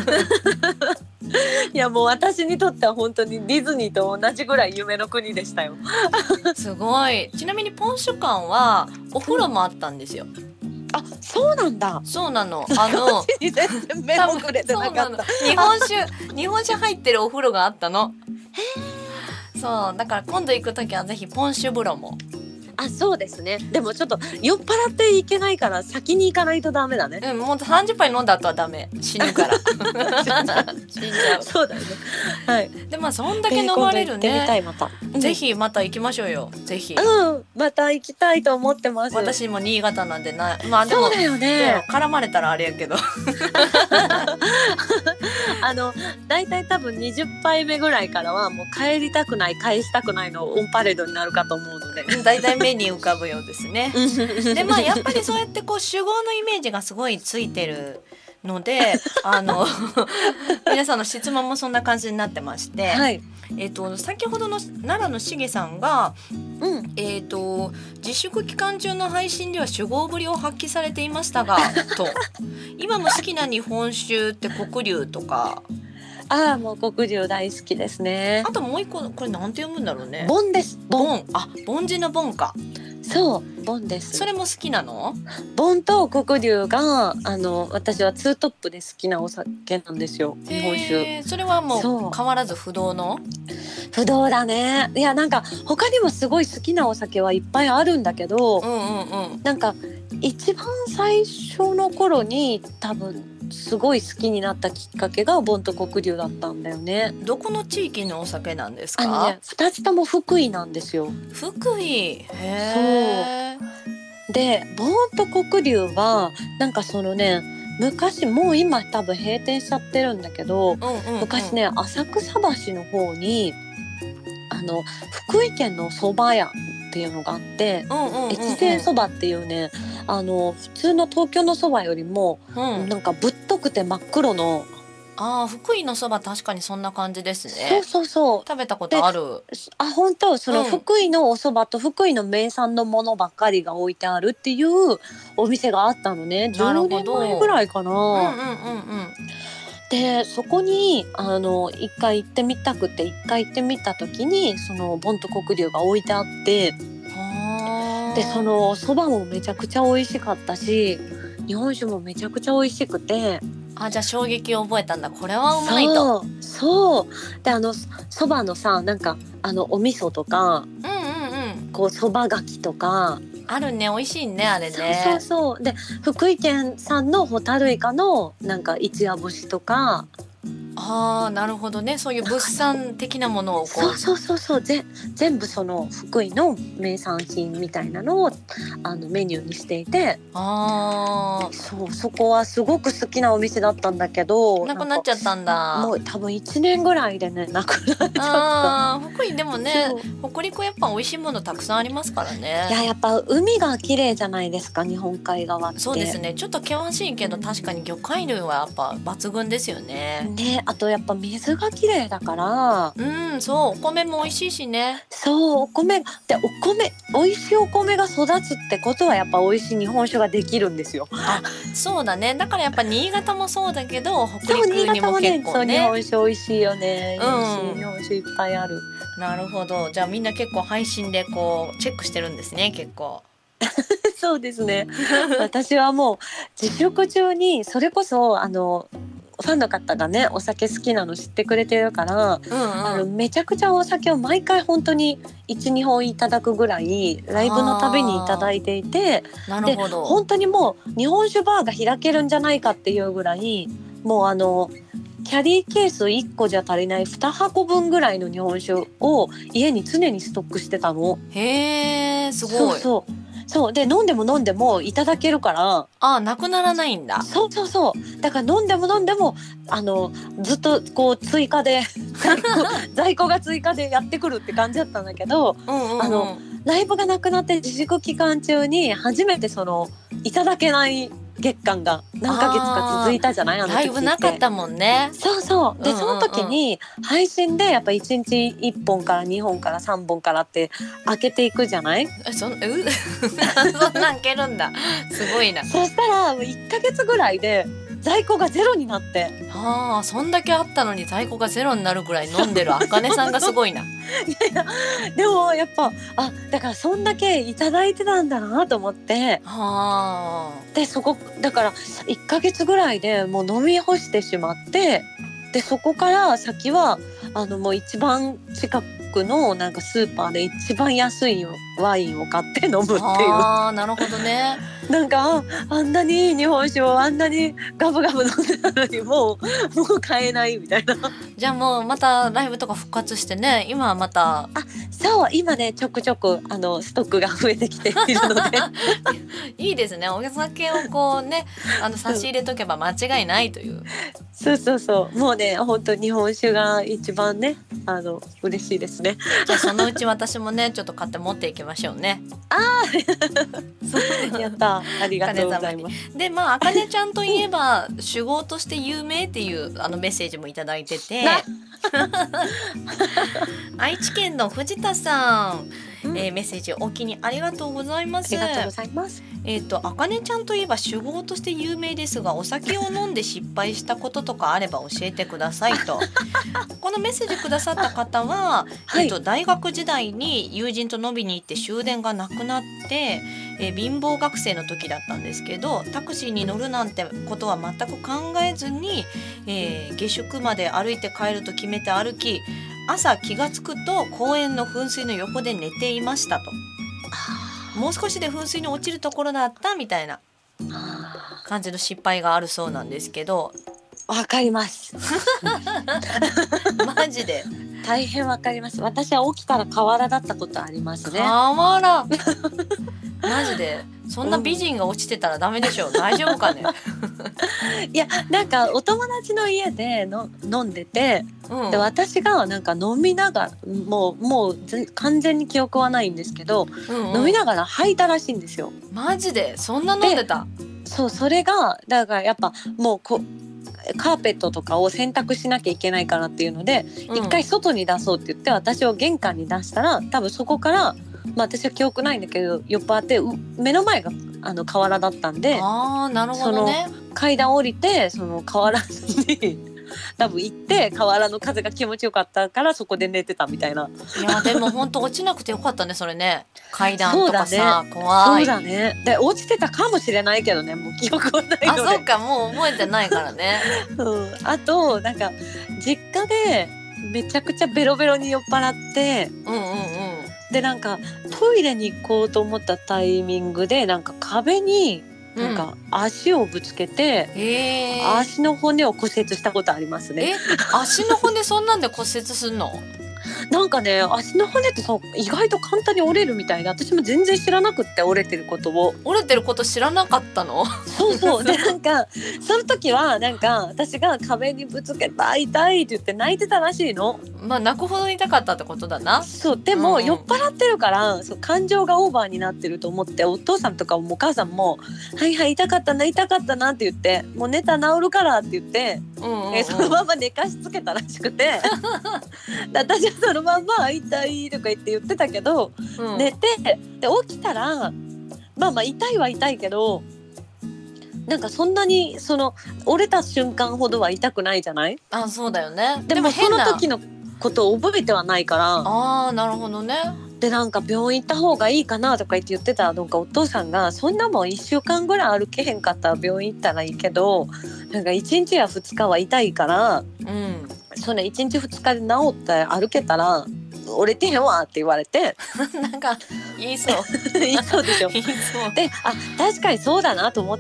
Speaker 3: いやもう私にとっては本当にディズニーと同じぐらい夢の国でしたよ
Speaker 1: すごい。ちなみにポン酒館はお風呂もあったんですよ。
Speaker 3: あそうなんだ。
Speaker 1: そうなの。
Speaker 3: 全然目もくれてなかった。
Speaker 1: 日本酒入ってるお風呂があったの。そうだから今度行くときはぜひポン酒風呂も。
Speaker 3: あそうですね。でもちょっと酔っ払っていけないから先に行かないとダメだね。
Speaker 1: もう30杯飲んだ後はダメ。死ぬから死んじゃう。
Speaker 3: そうだよね。はい。
Speaker 1: でまあそんだけ飲まれるね。
Speaker 3: 行ってみたいまた。
Speaker 1: ぜひまた行きましょうよ。ぜひ。
Speaker 3: また行きたいと思ってます。
Speaker 1: 私も新潟なんでまあでも
Speaker 3: そうだよね。
Speaker 1: 絡まれたらあれやけど。
Speaker 3: だいたい多分20杯目ぐらいからはもう帰りたくない返したくないのオンパレードになるかと思うので。
Speaker 1: だいたい目に浮かぶようですね。でまあやっぱりそうやってこう酒豪のイメージがすごいついてるので皆さんの質問もそんな感じになってまして、はい、先ほどの奈良のしげさんが、自粛期間中の配信では酒豪ぶりを発揮されていましたがと今も好きな日本酒って黒龍とか。
Speaker 3: もう黒龍大好きですね。
Speaker 1: あともう一個これなんて読むんだろうね。
Speaker 3: ボンです。
Speaker 1: ボン。凡字のボンか。
Speaker 3: そうボンです。
Speaker 1: それも好きなの？
Speaker 3: ボンと黒龍が私はツートップで好きなお酒なんですよ。日本酒。
Speaker 1: それはもう変わらず不動の？
Speaker 3: 不動だね。いやなんか他にもすごい好きなお酒はいっぱいあるんだけど、なんか一番最初の頃に多分すごい好きになったきっかけがボンと黒龍だったんだよね。
Speaker 1: どこの地域のお酒なんですか
Speaker 3: ？2つとも福井なんですよ。
Speaker 1: 福井。
Speaker 3: そうでボンと黒龍はなんかそのね昔もう今多分閉店しちゃってるんだけど、昔ね浅草橋の方に福井県の蕎麦屋っていうのがあって、越前蕎麦っていうね普通の東京の蕎麦よりも、なんかぶっとくて真っ黒の
Speaker 1: 福井の蕎麦確かにそんな感じですね。
Speaker 3: そう
Speaker 1: 食べたことある。
Speaker 3: 本当その福井のお蕎麦と福井の名産のものばっかりが置いてあるっていうお店があったのね。10年前ぐらいかな。でそこに一回行ってみたくて一回行ってみた時にそのボンと黒龍が置いてあってでその蕎麦もめちゃくちゃ美味しかったし日本酒もめちゃくちゃ美味しくて
Speaker 1: じゃあ衝撃を覚えたんだ。これはうまいと。
Speaker 3: そうで蕎麦のさなんかお味噌とか、こう蕎麦がきとか
Speaker 1: あるね。美味しいねあれね。
Speaker 3: そうで福井県産のホタルイカのなんか一夜干しとか
Speaker 1: なるほどね。そういう物産的なものをこう
Speaker 3: そう全部その福井の名産品みたいなのをメニューにしていてそこはすごく好きなお店だったんだけど
Speaker 1: なくなっちゃったんだ。
Speaker 3: もう多分1年ぐらいでねなくなっちゃった。
Speaker 1: 福井でもね北陸やっぱ美味しいものたくさんありますからね。
Speaker 3: やっぱ海が綺麗じゃないですか日本海側って。
Speaker 1: そうですね。ちょっと険しいけど確かに魚介類はやっぱ抜群ですよね。
Speaker 3: あとやっぱ水が綺麗だから
Speaker 1: そうお米も美味しいしね。
Speaker 3: そうお米美味しいお米が育つってことはやっぱ美味しい日本酒ができるいっですよ。
Speaker 1: そうだね。だからやっぱ新潟もそうだけど北陸にも結構ね
Speaker 3: 日本酒美味しいよね。美味しい日本酒いっぱいある。
Speaker 1: なるほど。じゃあみんな結構配信でこうチェックしてるんですね結構。
Speaker 3: そうですね。私はもう自粛中にそれこそファンの方がねお酒好きなの知ってくれてるから、めちゃくちゃお酒を毎回本当に 1,2 本いただくぐらいライブのたびにいただいていて、
Speaker 1: なるほど。
Speaker 3: で本当にもう日本酒バーが開けるんじゃないかっていうぐらい、もうキャリーケース1個じゃ足りない2箱分ぐらいの日本酒を家に常にストックしてたの。
Speaker 1: へー、すごい。
Speaker 3: そうで飲んでもいただけるから、
Speaker 1: なくならないんだ。
Speaker 3: そうだから飲んでもずっとこう追加で在庫が追加でやってくるって感じだったんだけど、ライブがなくなって自粛期間中に初めていただけない月間が何ヶ月か続いたじゃない。
Speaker 1: ライブなかったもんね。
Speaker 3: そうで、その時に配信でやっぱ1日1本から2本から3本からって開けていくじゃない。
Speaker 1: そんなん開けるんだ。すごいな。
Speaker 3: そしたら1ヶ月ぐらいで在庫がゼロになって、
Speaker 1: そんだけあったのに在庫がゼロになるぐらい飲んでるあかねさんがすごいな。
Speaker 3: でもやっぱだからそんだけいただいてたんだなと思って、でそこだから1ヶ月ぐらいでもう飲み干してしまって、でそこから先はもう一番近くのなんかスーパーで一番安いワインを買って飲むっていう。
Speaker 1: なるほどね。
Speaker 3: なんかあんなに日本酒をあんなにガブガブ飲んでたのにもう買えないみたいな。
Speaker 1: じゃあもうまたライブとか復活してね、今はまた。
Speaker 3: そう今ねちょくちょくストックが増えてきているので
Speaker 1: いいですね。お酒をこうね差し入れとけば間違いないという。
Speaker 3: そうもうね本当日本酒が一番ね嬉しいですね。
Speaker 1: じゃあそのうち私もねちょっと買って持っていきましょうね。
Speaker 3: やったありがとうございます。
Speaker 1: であかねちゃんといえば酒豪として有名っていうメッセージもいただいてて愛知県の藤田さん、メッセージお気にありがとうございます。
Speaker 3: ありがとうございます。
Speaker 1: あかねちゃんといえば酒豪として有名ですが、お酒を飲んで失敗したこととかあれば教えてくださいとこのメッセージくださった方は、大学時代に友人と飲みに行って終電がなくなって、貧乏学生の時だったんですけど、タクシーに乗るなんてことは全く考えずに、下宿まで歩いて帰ると決めて歩き、朝気がつくと公園の噴水の横で寝ていましたと。もう少しで噴水に落ちるところだったみたいな感じの失敗があるそうなんですけど。
Speaker 3: わかります
Speaker 1: マジで
Speaker 3: 大変わかります。私は起きたら河原だったことありますね。
Speaker 1: 河原マジでそんな美人が落ちてたらダメでしょ。大丈夫かね
Speaker 3: いやなんかお友達の家で飲んでて、で私がなんか飲みながらもう完全に記憶はないんですけど、飲みながら吐いたらしいんですよ。
Speaker 1: マジでそんな飲んでた。
Speaker 3: それがだからやっぱもうカーペットとかを洗濯しなきゃいけないからっていうので、一回外に出そうって言って私を玄関に出したら、多分そこから私は記憶ないんだけど酔っ払って目の前が河原だったんで、
Speaker 1: なるほどね、
Speaker 3: その階段降りてその河原に多分行って河原の風が気持ちよかったからそこで寝てたみたいな。
Speaker 1: いやでも本当落ちなくてよかったねそれね。階段とかさ、怖い。
Speaker 3: そうだね。で落ちてたかもしれないけどね、もう記憶はないので。
Speaker 1: そうか、もう覚えてないからね
Speaker 3: あとなんか実家でめちゃくちゃベロベロに酔っ払って、でなんかトイレに行こうと思ったタイミングでなんか壁になんか足をぶつけて、足の骨を骨折したことありますね。
Speaker 1: 足の骨そんなんで骨折すんの？
Speaker 3: なんかね足の骨ってさ意外と簡単に折れるみたいで、私も全然知らなくって折れてること知らなかったの？そうでなんかその時はなんか私が壁にぶつけた痛いって言って泣いてたらしいの。
Speaker 1: 泣くほど痛かったってことだな。
Speaker 3: そうでも、酔っ払ってるから感情がオーバーになってると思って、お父さんとかお母さんもはいはい痛かったなって言って、もう寝たら治るからって言って、そのまま寝かしつけたらしくて私はそのまま痛いとか言ってたけど、寝てで起きたら痛いは痛いけどなんかそんなにその折れた瞬間ほどは痛くないじゃない？
Speaker 1: そうだよね。
Speaker 3: でもその時のことを覚えてはないから。
Speaker 1: なるほどね。
Speaker 3: でなんか病院行った方がいいかなとか言ってたら、なんかお父さんがそんなもん1週間ぐらい歩けへんかったら病院行ったらいいけど、なんか1日や2日は痛いから、
Speaker 1: うん
Speaker 3: それ1日2日で治って歩けたら折れてへんわって言われて
Speaker 1: なんか言いそう
Speaker 3: 言いそうでしょ
Speaker 1: 言いそう
Speaker 3: で、確かにそうだなと思って、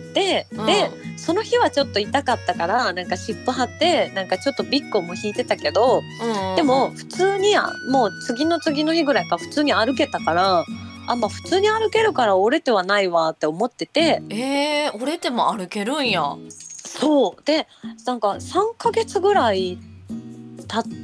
Speaker 3: でその日はちょっと痛かったからなんか湿布貼ってなんかちょっとビッグも引いてたけど、でも普通にもう次の日ぐらいから普通に歩けたから、まあ普通に歩けるから折れてはないわって思ってて、
Speaker 1: 折れても歩けるんや。
Speaker 3: そうでなんか3ヶ月ぐらい経って、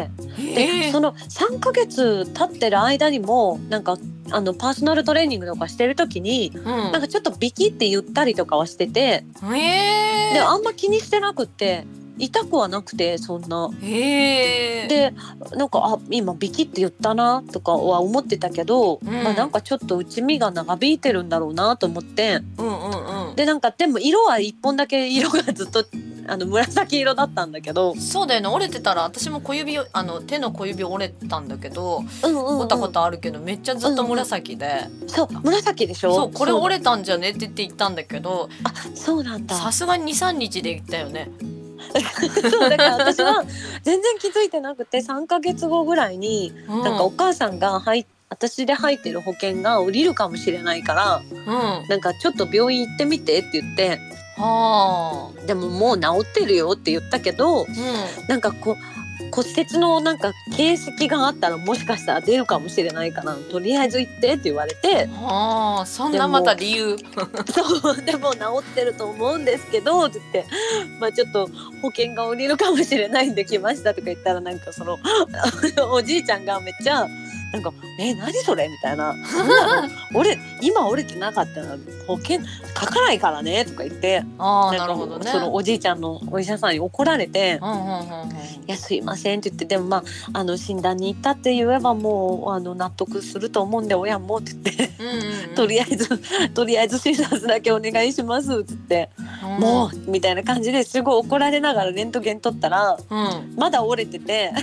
Speaker 3: でその3ヶ月経ってる間にもなんかパーソナルトレーニングとかしてる時に、なんかちょっとビキって言ったりとかはしてて、であんま気にしてなくって痛くはなくてそんな。でなんか今ビキって言ったなとかは思ってたけど、まあなんかちょっと内身が長引いてるんだろうなと思って、でなんかでも色は1本だけ色がずっと紫色だったんだけど。
Speaker 1: そうだよね、折れてたら私も手の小指折れたんだけど、折ったことあるけどめっちゃずっと紫で、
Speaker 3: そう紫でしょ。
Speaker 1: そうこれ折れたんじゃねって言ったんだけど、
Speaker 3: そうなんだ。
Speaker 1: さすがに 2,3 日で言ったよね
Speaker 3: そうだから私は全然気づいてなくて3ヶ月後ぐらいに、なんかお母さんが私で入ってる保険が降りるかもしれないから、なんかちょっと病院行ってみてって言って、でももう治ってるよって言ったけど、なんか骨折のなんか形跡があったらもしかしたら出るかもしれないからとりあえず行ってって言われて、
Speaker 1: そんなまた理由
Speaker 3: そうでも治ってると思うんですけどって言って、まあちょっと保険が降りるかもしれないんで来ましたとか言ったら、なんかそのおじいちゃんがめっちゃなんか何それみたいな今折れてなかったら保険かからないからねとか言って、
Speaker 1: なるほどね、
Speaker 3: そのおじいちゃんのお医者さんに怒られて、いやすいませんって言って、でもまあ診断に行ったって言えばもう納得すると思うんで親もって言ってとりあえず診察だけお願いしますって言って、もうみたいな感じですごい怒られながらレントゲン取ったら、まだ折れてて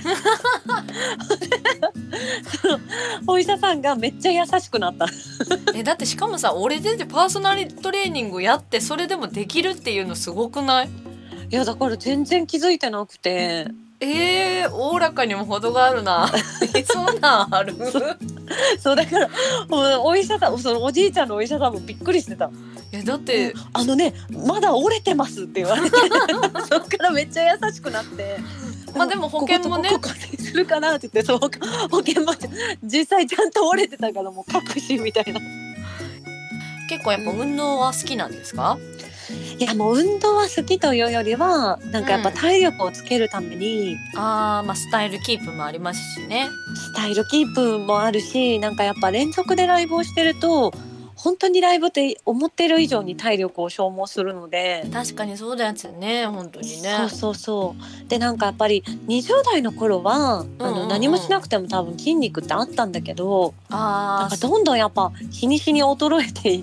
Speaker 3: そのお医者さんがめっちゃ優しくなった
Speaker 1: だってしかもさ、折れててパーソナルトレーニングやってそれでもできるっていうのすごくない？
Speaker 3: いやだから全然気づいてなくて、
Speaker 1: おおらかにも程があるなそんなんある
Speaker 3: そうだからお医者さん、そのおじいちゃんのお医者さんもびっくりしてた。
Speaker 1: だって
Speaker 3: まだ折れてますって言われてそっからめっちゃ優しくなって、
Speaker 1: でも保険もね
Speaker 3: ここするかなって言って、そう保険も実際ちゃんと折れてたからもう確信みたいな。
Speaker 1: 結構やっぱ運動は好きなんですか？
Speaker 3: いやもう運動は好きというよりはなんかやっぱ体力をつけるために、
Speaker 1: スタイルキープもありますしね。
Speaker 3: スタイルキープもあるし、なんかやっぱ連続でライブをしてると本当にライブって思ってる以上に体力を消耗するので。
Speaker 1: 確かにそうだよね、本当にね。
Speaker 3: そうでなんかやっぱり20代の頃は何もしなくても多分筋肉ってあったんだけど、なんかどんどんやっぱ日に日に衰えていって、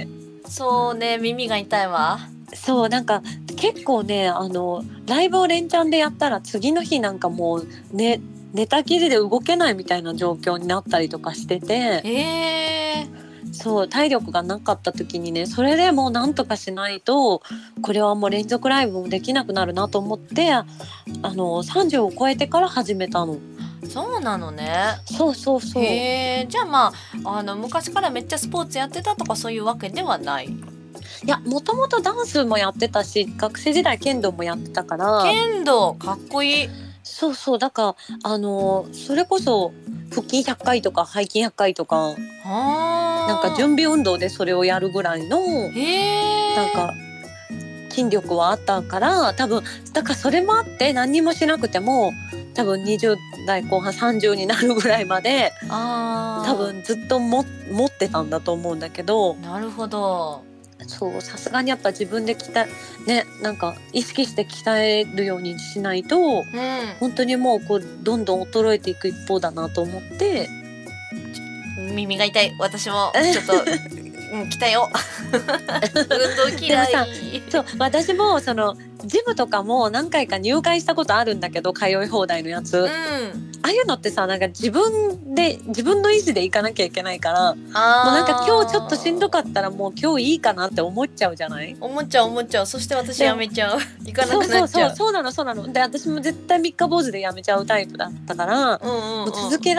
Speaker 1: そうね、耳が痛いわ。
Speaker 3: そうなんか結構ねライブを連チャンでやったら次の日なんかもう寝たきりで動けないみたいな状況になったりとかしてて、そう体力がなかった時にね、それでもうなんとかしないとこれはもう連続ライブもできなくなるなと思って30を超えてから始めたの。
Speaker 1: そうなのね。
Speaker 3: そうじ
Speaker 1: ゃあまあ昔からめっちゃスポーツやってたとかそういうわけではない？
Speaker 3: いやもともとダンスもやってたし、学生時代剣道もやってたから。
Speaker 1: 剣道かっこいい。
Speaker 3: そうだからそれこそ腹筋100回とか背筋100回とかなんか準備運動でそれをやるぐらいのなんか筋力はあったから、多分だからそれもあって何にもしなくても多分20代後半30になるぐらいまで多分ずっと持ってたんだと思うんだけど。
Speaker 1: なるほど。
Speaker 3: そうさすがにやっぱ自分でなんか意識して鍛えるようにしないと、本当にもうどんどん衰えていく一方だなと思って。
Speaker 1: 耳が痛い。私もちょっと鍛えよう運動嫌い。
Speaker 3: そう私もそのジムとかも何回か入会したことあるんだけど、通い放題のやつ、 あいうのってさ、なんか自分の意思で行かなきゃいけないから、もうなんか今日ちょっとしんどかったらもう今日いいかなって思っちゃうじゃない。
Speaker 1: 思っちゃう。そして私やめちゃう。行かなくなっちゃう。
Speaker 3: そうなの。で私も絶対三日坊主でやめちゃうタイプだったから、もう続け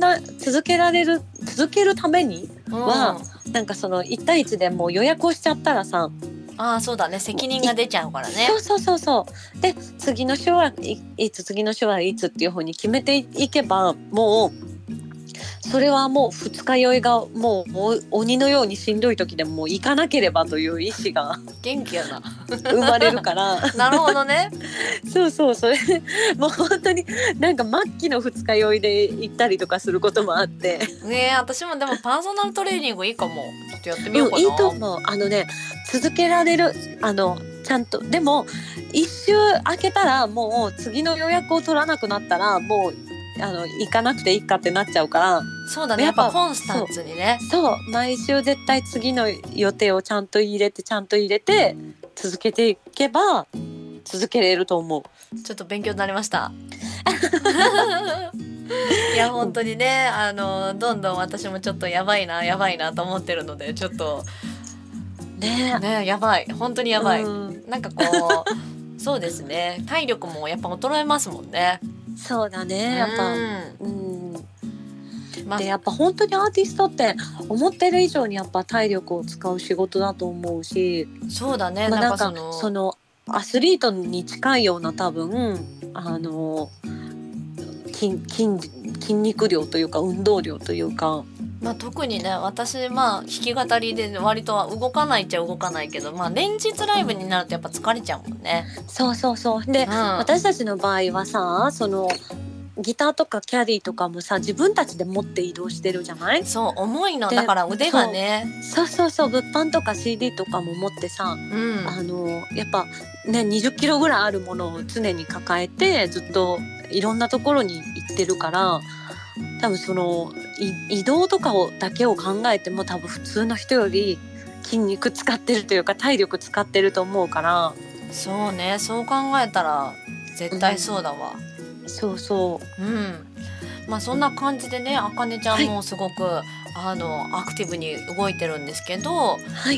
Speaker 3: るためには、なんかその1対1でもう予約をしちゃったらさ、
Speaker 1: そうだね、責任が出ちゃうからね。
Speaker 3: そうで次の週はいつっていう風に決めていけば、もうそれはもう二日酔いがもう鬼のようにしんどい時でも行かなければという意志が
Speaker 1: 元気やな
Speaker 3: 生まれるから
Speaker 1: なるほどね。
Speaker 3: それもう本当になんか末期の二日酔いで行ったりとかすることもあって
Speaker 1: ね。私もでもパーソナルトレーニングいいかも。ちょっとやってみようかな。
Speaker 3: いいと思う。続けられるちゃんと。でも一周空けたらもう次の予約を取らなくなったらもう行かなくていいかってなっちゃうから。
Speaker 1: そうだね、やっぱコンスタンツにね。
Speaker 3: そう毎週絶対次の予定をちゃんと入れて続けていけば続けれると思う。
Speaker 1: ちょっと勉強になりましたいや本当にね、どんどん私もちょっとやばいなと思ってるので、ちょっとねやばい、本当にやばい。なんかこうそうですね、体力もやっぱ衰えますもんね。
Speaker 3: そうだね、やっぱでやっぱ本当にアーティストって思ってる以上にやっぱ体力を使う仕事だと思うし。そうだね、なんかそのアスリートに近いような多分筋肉量というか運動量というか、
Speaker 1: 特にね私弾き語りで割と動かないっちゃ動かないけど、連日ライブになるとやっぱ疲れちゃうもんね。
Speaker 3: そうで、私たちの場合はさ、そのギターとかキャディとかもさ自分たちで持って移動してるじゃない。
Speaker 1: そう重いのだから腕がね。
Speaker 3: そう物販とか CD とかも持ってさ、やっぱね20キロぐらいあるものを常に抱えてずっといろんなところに行ってるから、多分その移動とかだけを考えても多分普通の人より筋肉使ってるというか体力使ってると思うから。
Speaker 1: そうね、そう考えたら絶対そうだわ。
Speaker 3: そう
Speaker 1: そんな感じでね、あかねちゃんもすごく、アクティブに動いてるんですけど、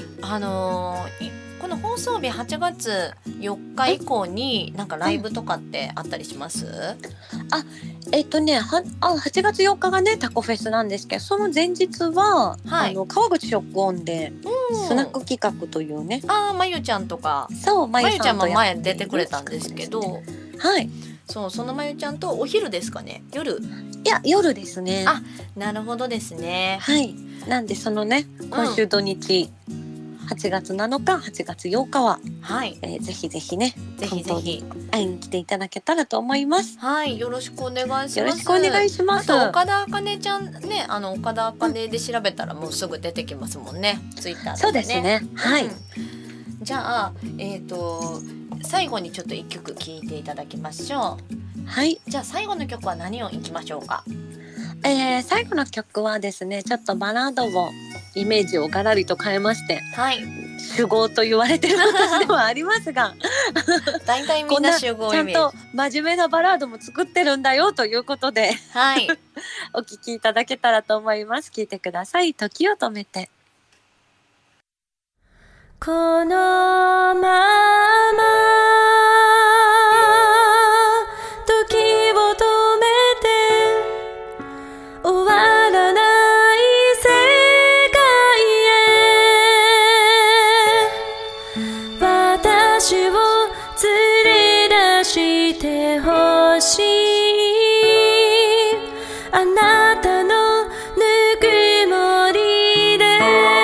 Speaker 1: この放送日8月4日以降になんかライブとかってあったりします？
Speaker 3: 8月4日がねタコフェスなんですけど、その前日は、川口ショックオンでスナック企画というね、
Speaker 1: まゆちゃんとか。
Speaker 3: そう
Speaker 1: まゆちゃんも前出てくれたんですけど、そのまゆちゃんとお昼ですかね、夜？
Speaker 3: いや夜ですね。
Speaker 1: なるほどですね。
Speaker 3: なんでそのね今週土日、8月7日8月8日は、ぜひぜひね会いに来ていただけたらと思います。
Speaker 1: よろしくお願いします。
Speaker 3: よろしくお願いします。
Speaker 1: あと岡田あかねちゃんね、岡田あかねで調べたらもうすぐ出てきますもんね、ツイッターでね。
Speaker 3: そうですね。
Speaker 1: じゃあ最後にちょっと一曲聴いていただきましょう。じゃあ最後の曲は何をいきましょうか？
Speaker 3: 最後の曲はですね、ちょっとバラードをイメージをガラリと変えまして、主語と言われてる私ではありますが
Speaker 1: 大体みんな主語イメージ、
Speaker 3: ちゃんと真面目なバラードも作ってるんだよということでお聴きいただけたらと思います。聴いてください。時を止めて。
Speaker 2: このまま時を止めて終わらない世界へ私を連れ出してほしい、あなたのぬくもりで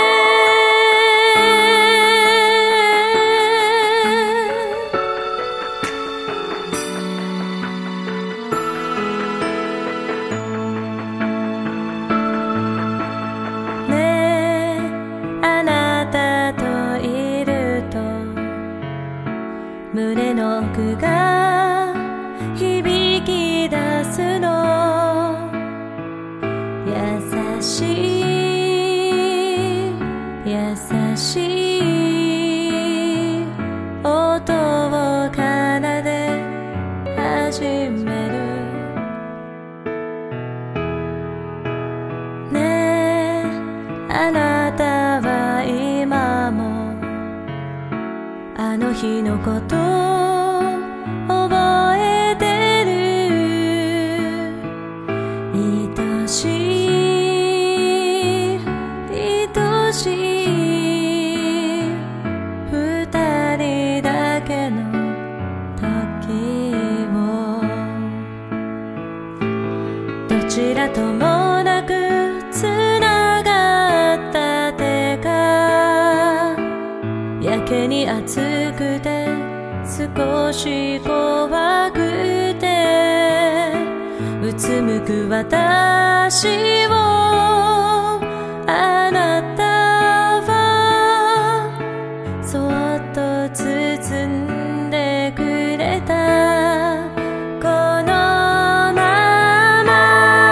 Speaker 2: 胸の奥が響き出すの、優しい優しい音を奏で始める。 あなたは今もあの日のこと覚えてる。愛しい愛しい二人だけの時を、どちらともなくつながった手がやけに熱くて少し怖くて、うつむく私をあなたはそっと包んでくれた。このまま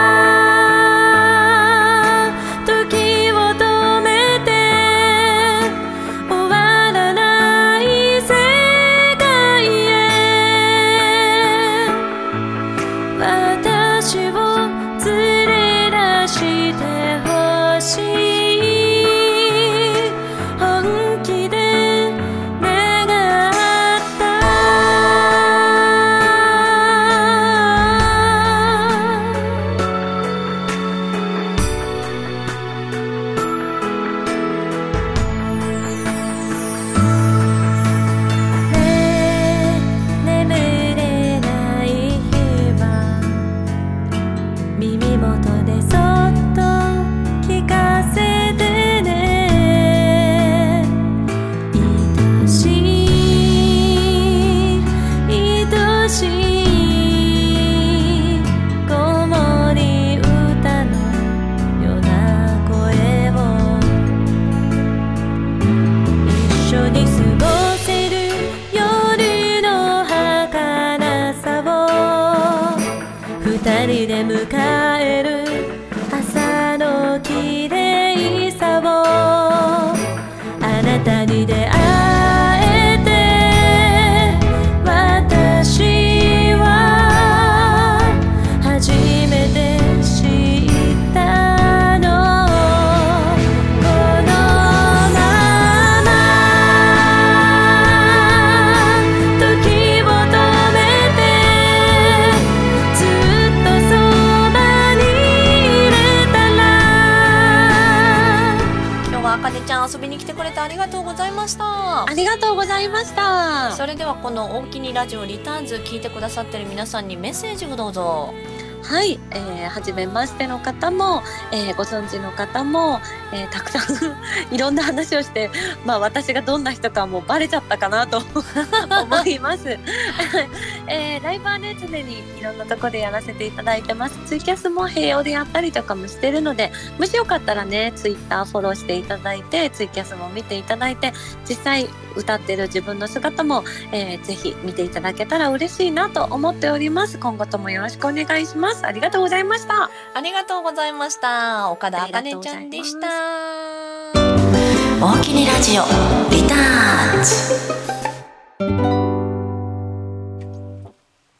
Speaker 2: 時を止めて終わらない世界へ私を連れ出してほしい。本気で願った眠れない日は耳元でそっと聞かせてね。愛しい愛しい子守歌のような声を一緒に過ごせる夜の儚さを二人で迎える朝の綺麗さを、あなたに出会えて私は初めて知ったの。このまま時を止めてずっとそばにいれたら。
Speaker 1: 今日はあかねちゃん遊びに来てくれてありがとうございました。
Speaker 3: ありがとうございました。
Speaker 1: それではこの大きにラジオリターンズ聞いてくださってる皆さんにメッセージをどうぞ。
Speaker 3: はい、初めましての方も、ご存知の方も、たくさんいろんな話をして、私がどんな人かもうバレちゃったかなと思います、ライブはね常にいろんなとこでやらせていただいてます。ツイキャスも併用でやったりとかもしてるので、もしよかったらねツイッターフォローしていただいてツイキャスも見ていただいて、実際歌ってる自分の姿も、ぜひ見ていただけたら嬉しいなと思っております。今後ともよろしくお願いします。ありがとうございました。
Speaker 1: ありがとうございました。岡田あかねちゃんでした。大きにラジオリターンズ、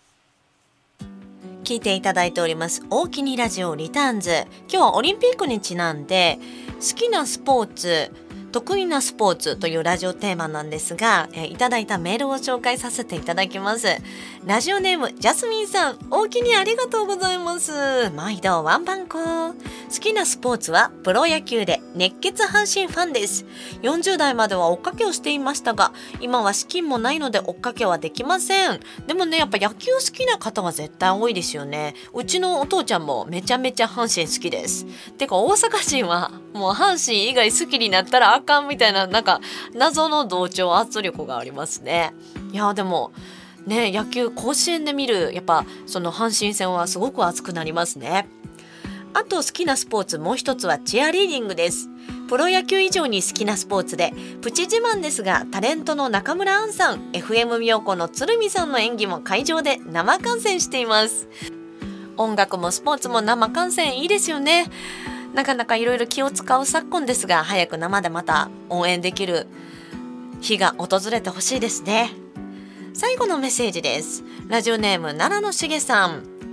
Speaker 1: 聞いていただいております大きにラジオリターンズ。今日はオリンピックにちなんで好きなスポーツ、得意なスポーツというラジオテーマなんですが、いただいたメールを紹介させていただきます。ラジオネームジャスミンさん、大きにありがとうございます。毎度ワンバンコ。好きなスポーツはプロ野球で熱血阪神ファンです。40代までは追っかけをしていましたが、今は資金もないので追っかけはできません。でもね、やっぱ野球好きな方は絶対多いですよね。うちのお父ちゃんもめちゃめちゃ阪神好きです。てか大阪人はもう阪神以外好きになったらあかんみたいな、なんか謎の同調圧力がありますね。いやでもね、野球甲子園で見るやっぱその阪神戦はすごく熱くなりますね。あと好きなスポーツもう一つはチアリーディングです。プロ野球以上に好きなスポーツで、プチ自慢ですがタレントの中村アンさん、 FM みよこの鶴見さんの演技も会場で生観戦しています。音楽もスポーツも生観戦いいですよね。なかなかいろいろ気を使う昨今ですが、早く生でまた応援できる日が訪れてほしいですね。最後のメッセージです。ラジオネーム奈良のしげさん、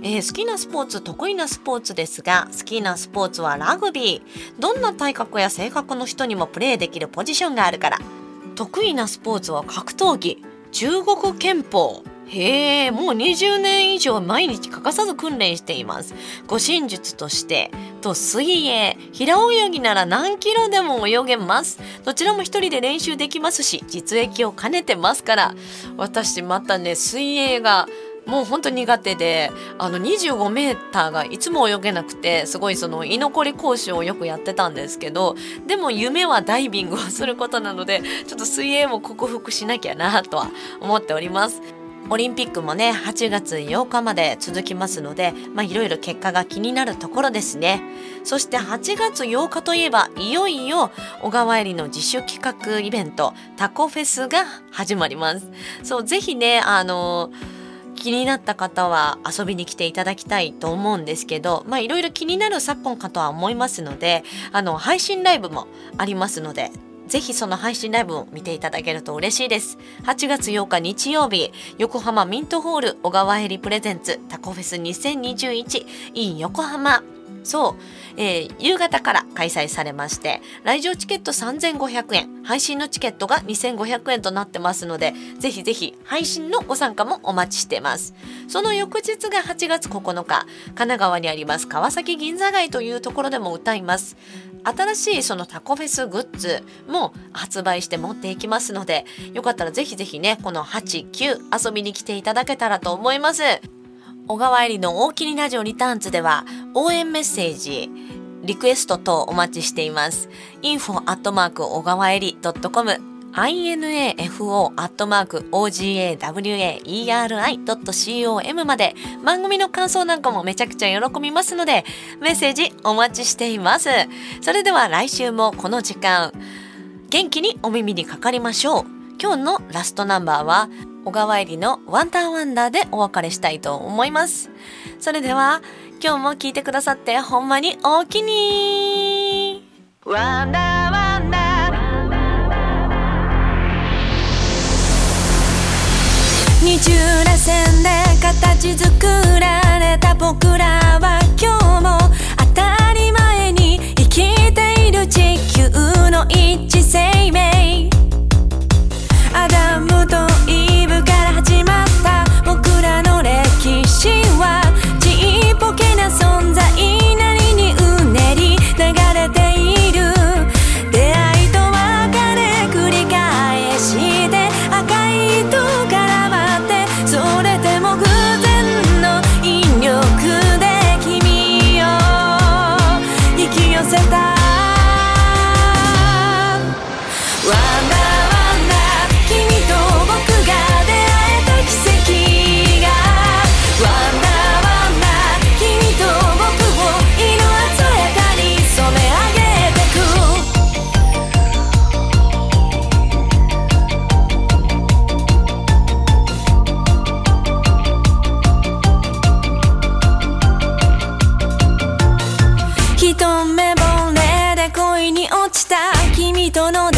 Speaker 1: 好きなスポーツ、得意なスポーツですが、好きなスポーツはラグビー。どんな体格や性格の人にもプレーできるポジションがあるから。得意なスポーツは格闘技、中国拳法。へえ、もう20年以上毎日欠かさず訓練しています。護身術としてと水泳、平泳ぎなら何キロでも泳げます。どちらも一人で練習できますし、実益を兼ねてますから。私またね、水泳がもう本当苦手で、25メーターがいつも泳げなくて、すごいその居残り講習をよくやってたんですけど、でも夢はダイビングをすることなので、ちょっと水泳も克服しなきゃなとは思っております。オリンピックもね、8月8日まで続きますので、いろいろ結果が気になるところですね。そして8月8日といえば、いよいよ小川えりの自主企画イベント、タコフェスが始まります。そう、ぜひね、気になった方は遊びに来ていただきたいと思うんですけど、いろいろ気になる昨今かとは思いますので、配信ライブもありますので、ぜひその配信ライブを見ていただけると嬉しいです。8月8日日曜日、横浜ミントホール小川えりプレゼンツタコフェス2021 in 横浜。そう、夕方から開催されまして、来場チケット3500円、配信のチケットが2500円となってますので、ぜひぜひ配信のご参加もお待ちしてます。その翌日が8月9日、神奈川にあります川崎銀座街というところでも歌います。新しいそのタコフェスグッズも発売して持っていきますので、よかったらぜひぜひね、この8、9遊びに来ていただけたらと思います。小川えりの大きにラジオリターンズでは応援メッセージ、リクエスト等お待ちしています。info@ 小川えり .com info@ogawaeri.com まで、番組の感想なんかもめちゃくちゃ喜びますので、メッセージお待ちしています。それでは来週もこの時間、元気にお耳にかかりましょう。今日のラストナンバーは小川えりのワンダーワンダーでお別れしたいと思います。それでは今日も聞いてくださってほんまにおおきに。ワンダーワンダー、
Speaker 2: 二重らせんで形作られた僕らは今日も当たり前に生きている地球の一致生命。アダムとイブから始まった僕らの歴史は、ちっぽけな存在なりにうねり流れている。出会いと別れ繰り返して赤い糸から待って、それでも偶然の引力で君を引き寄せた。ワンダー一目惚れで恋に落ちた君との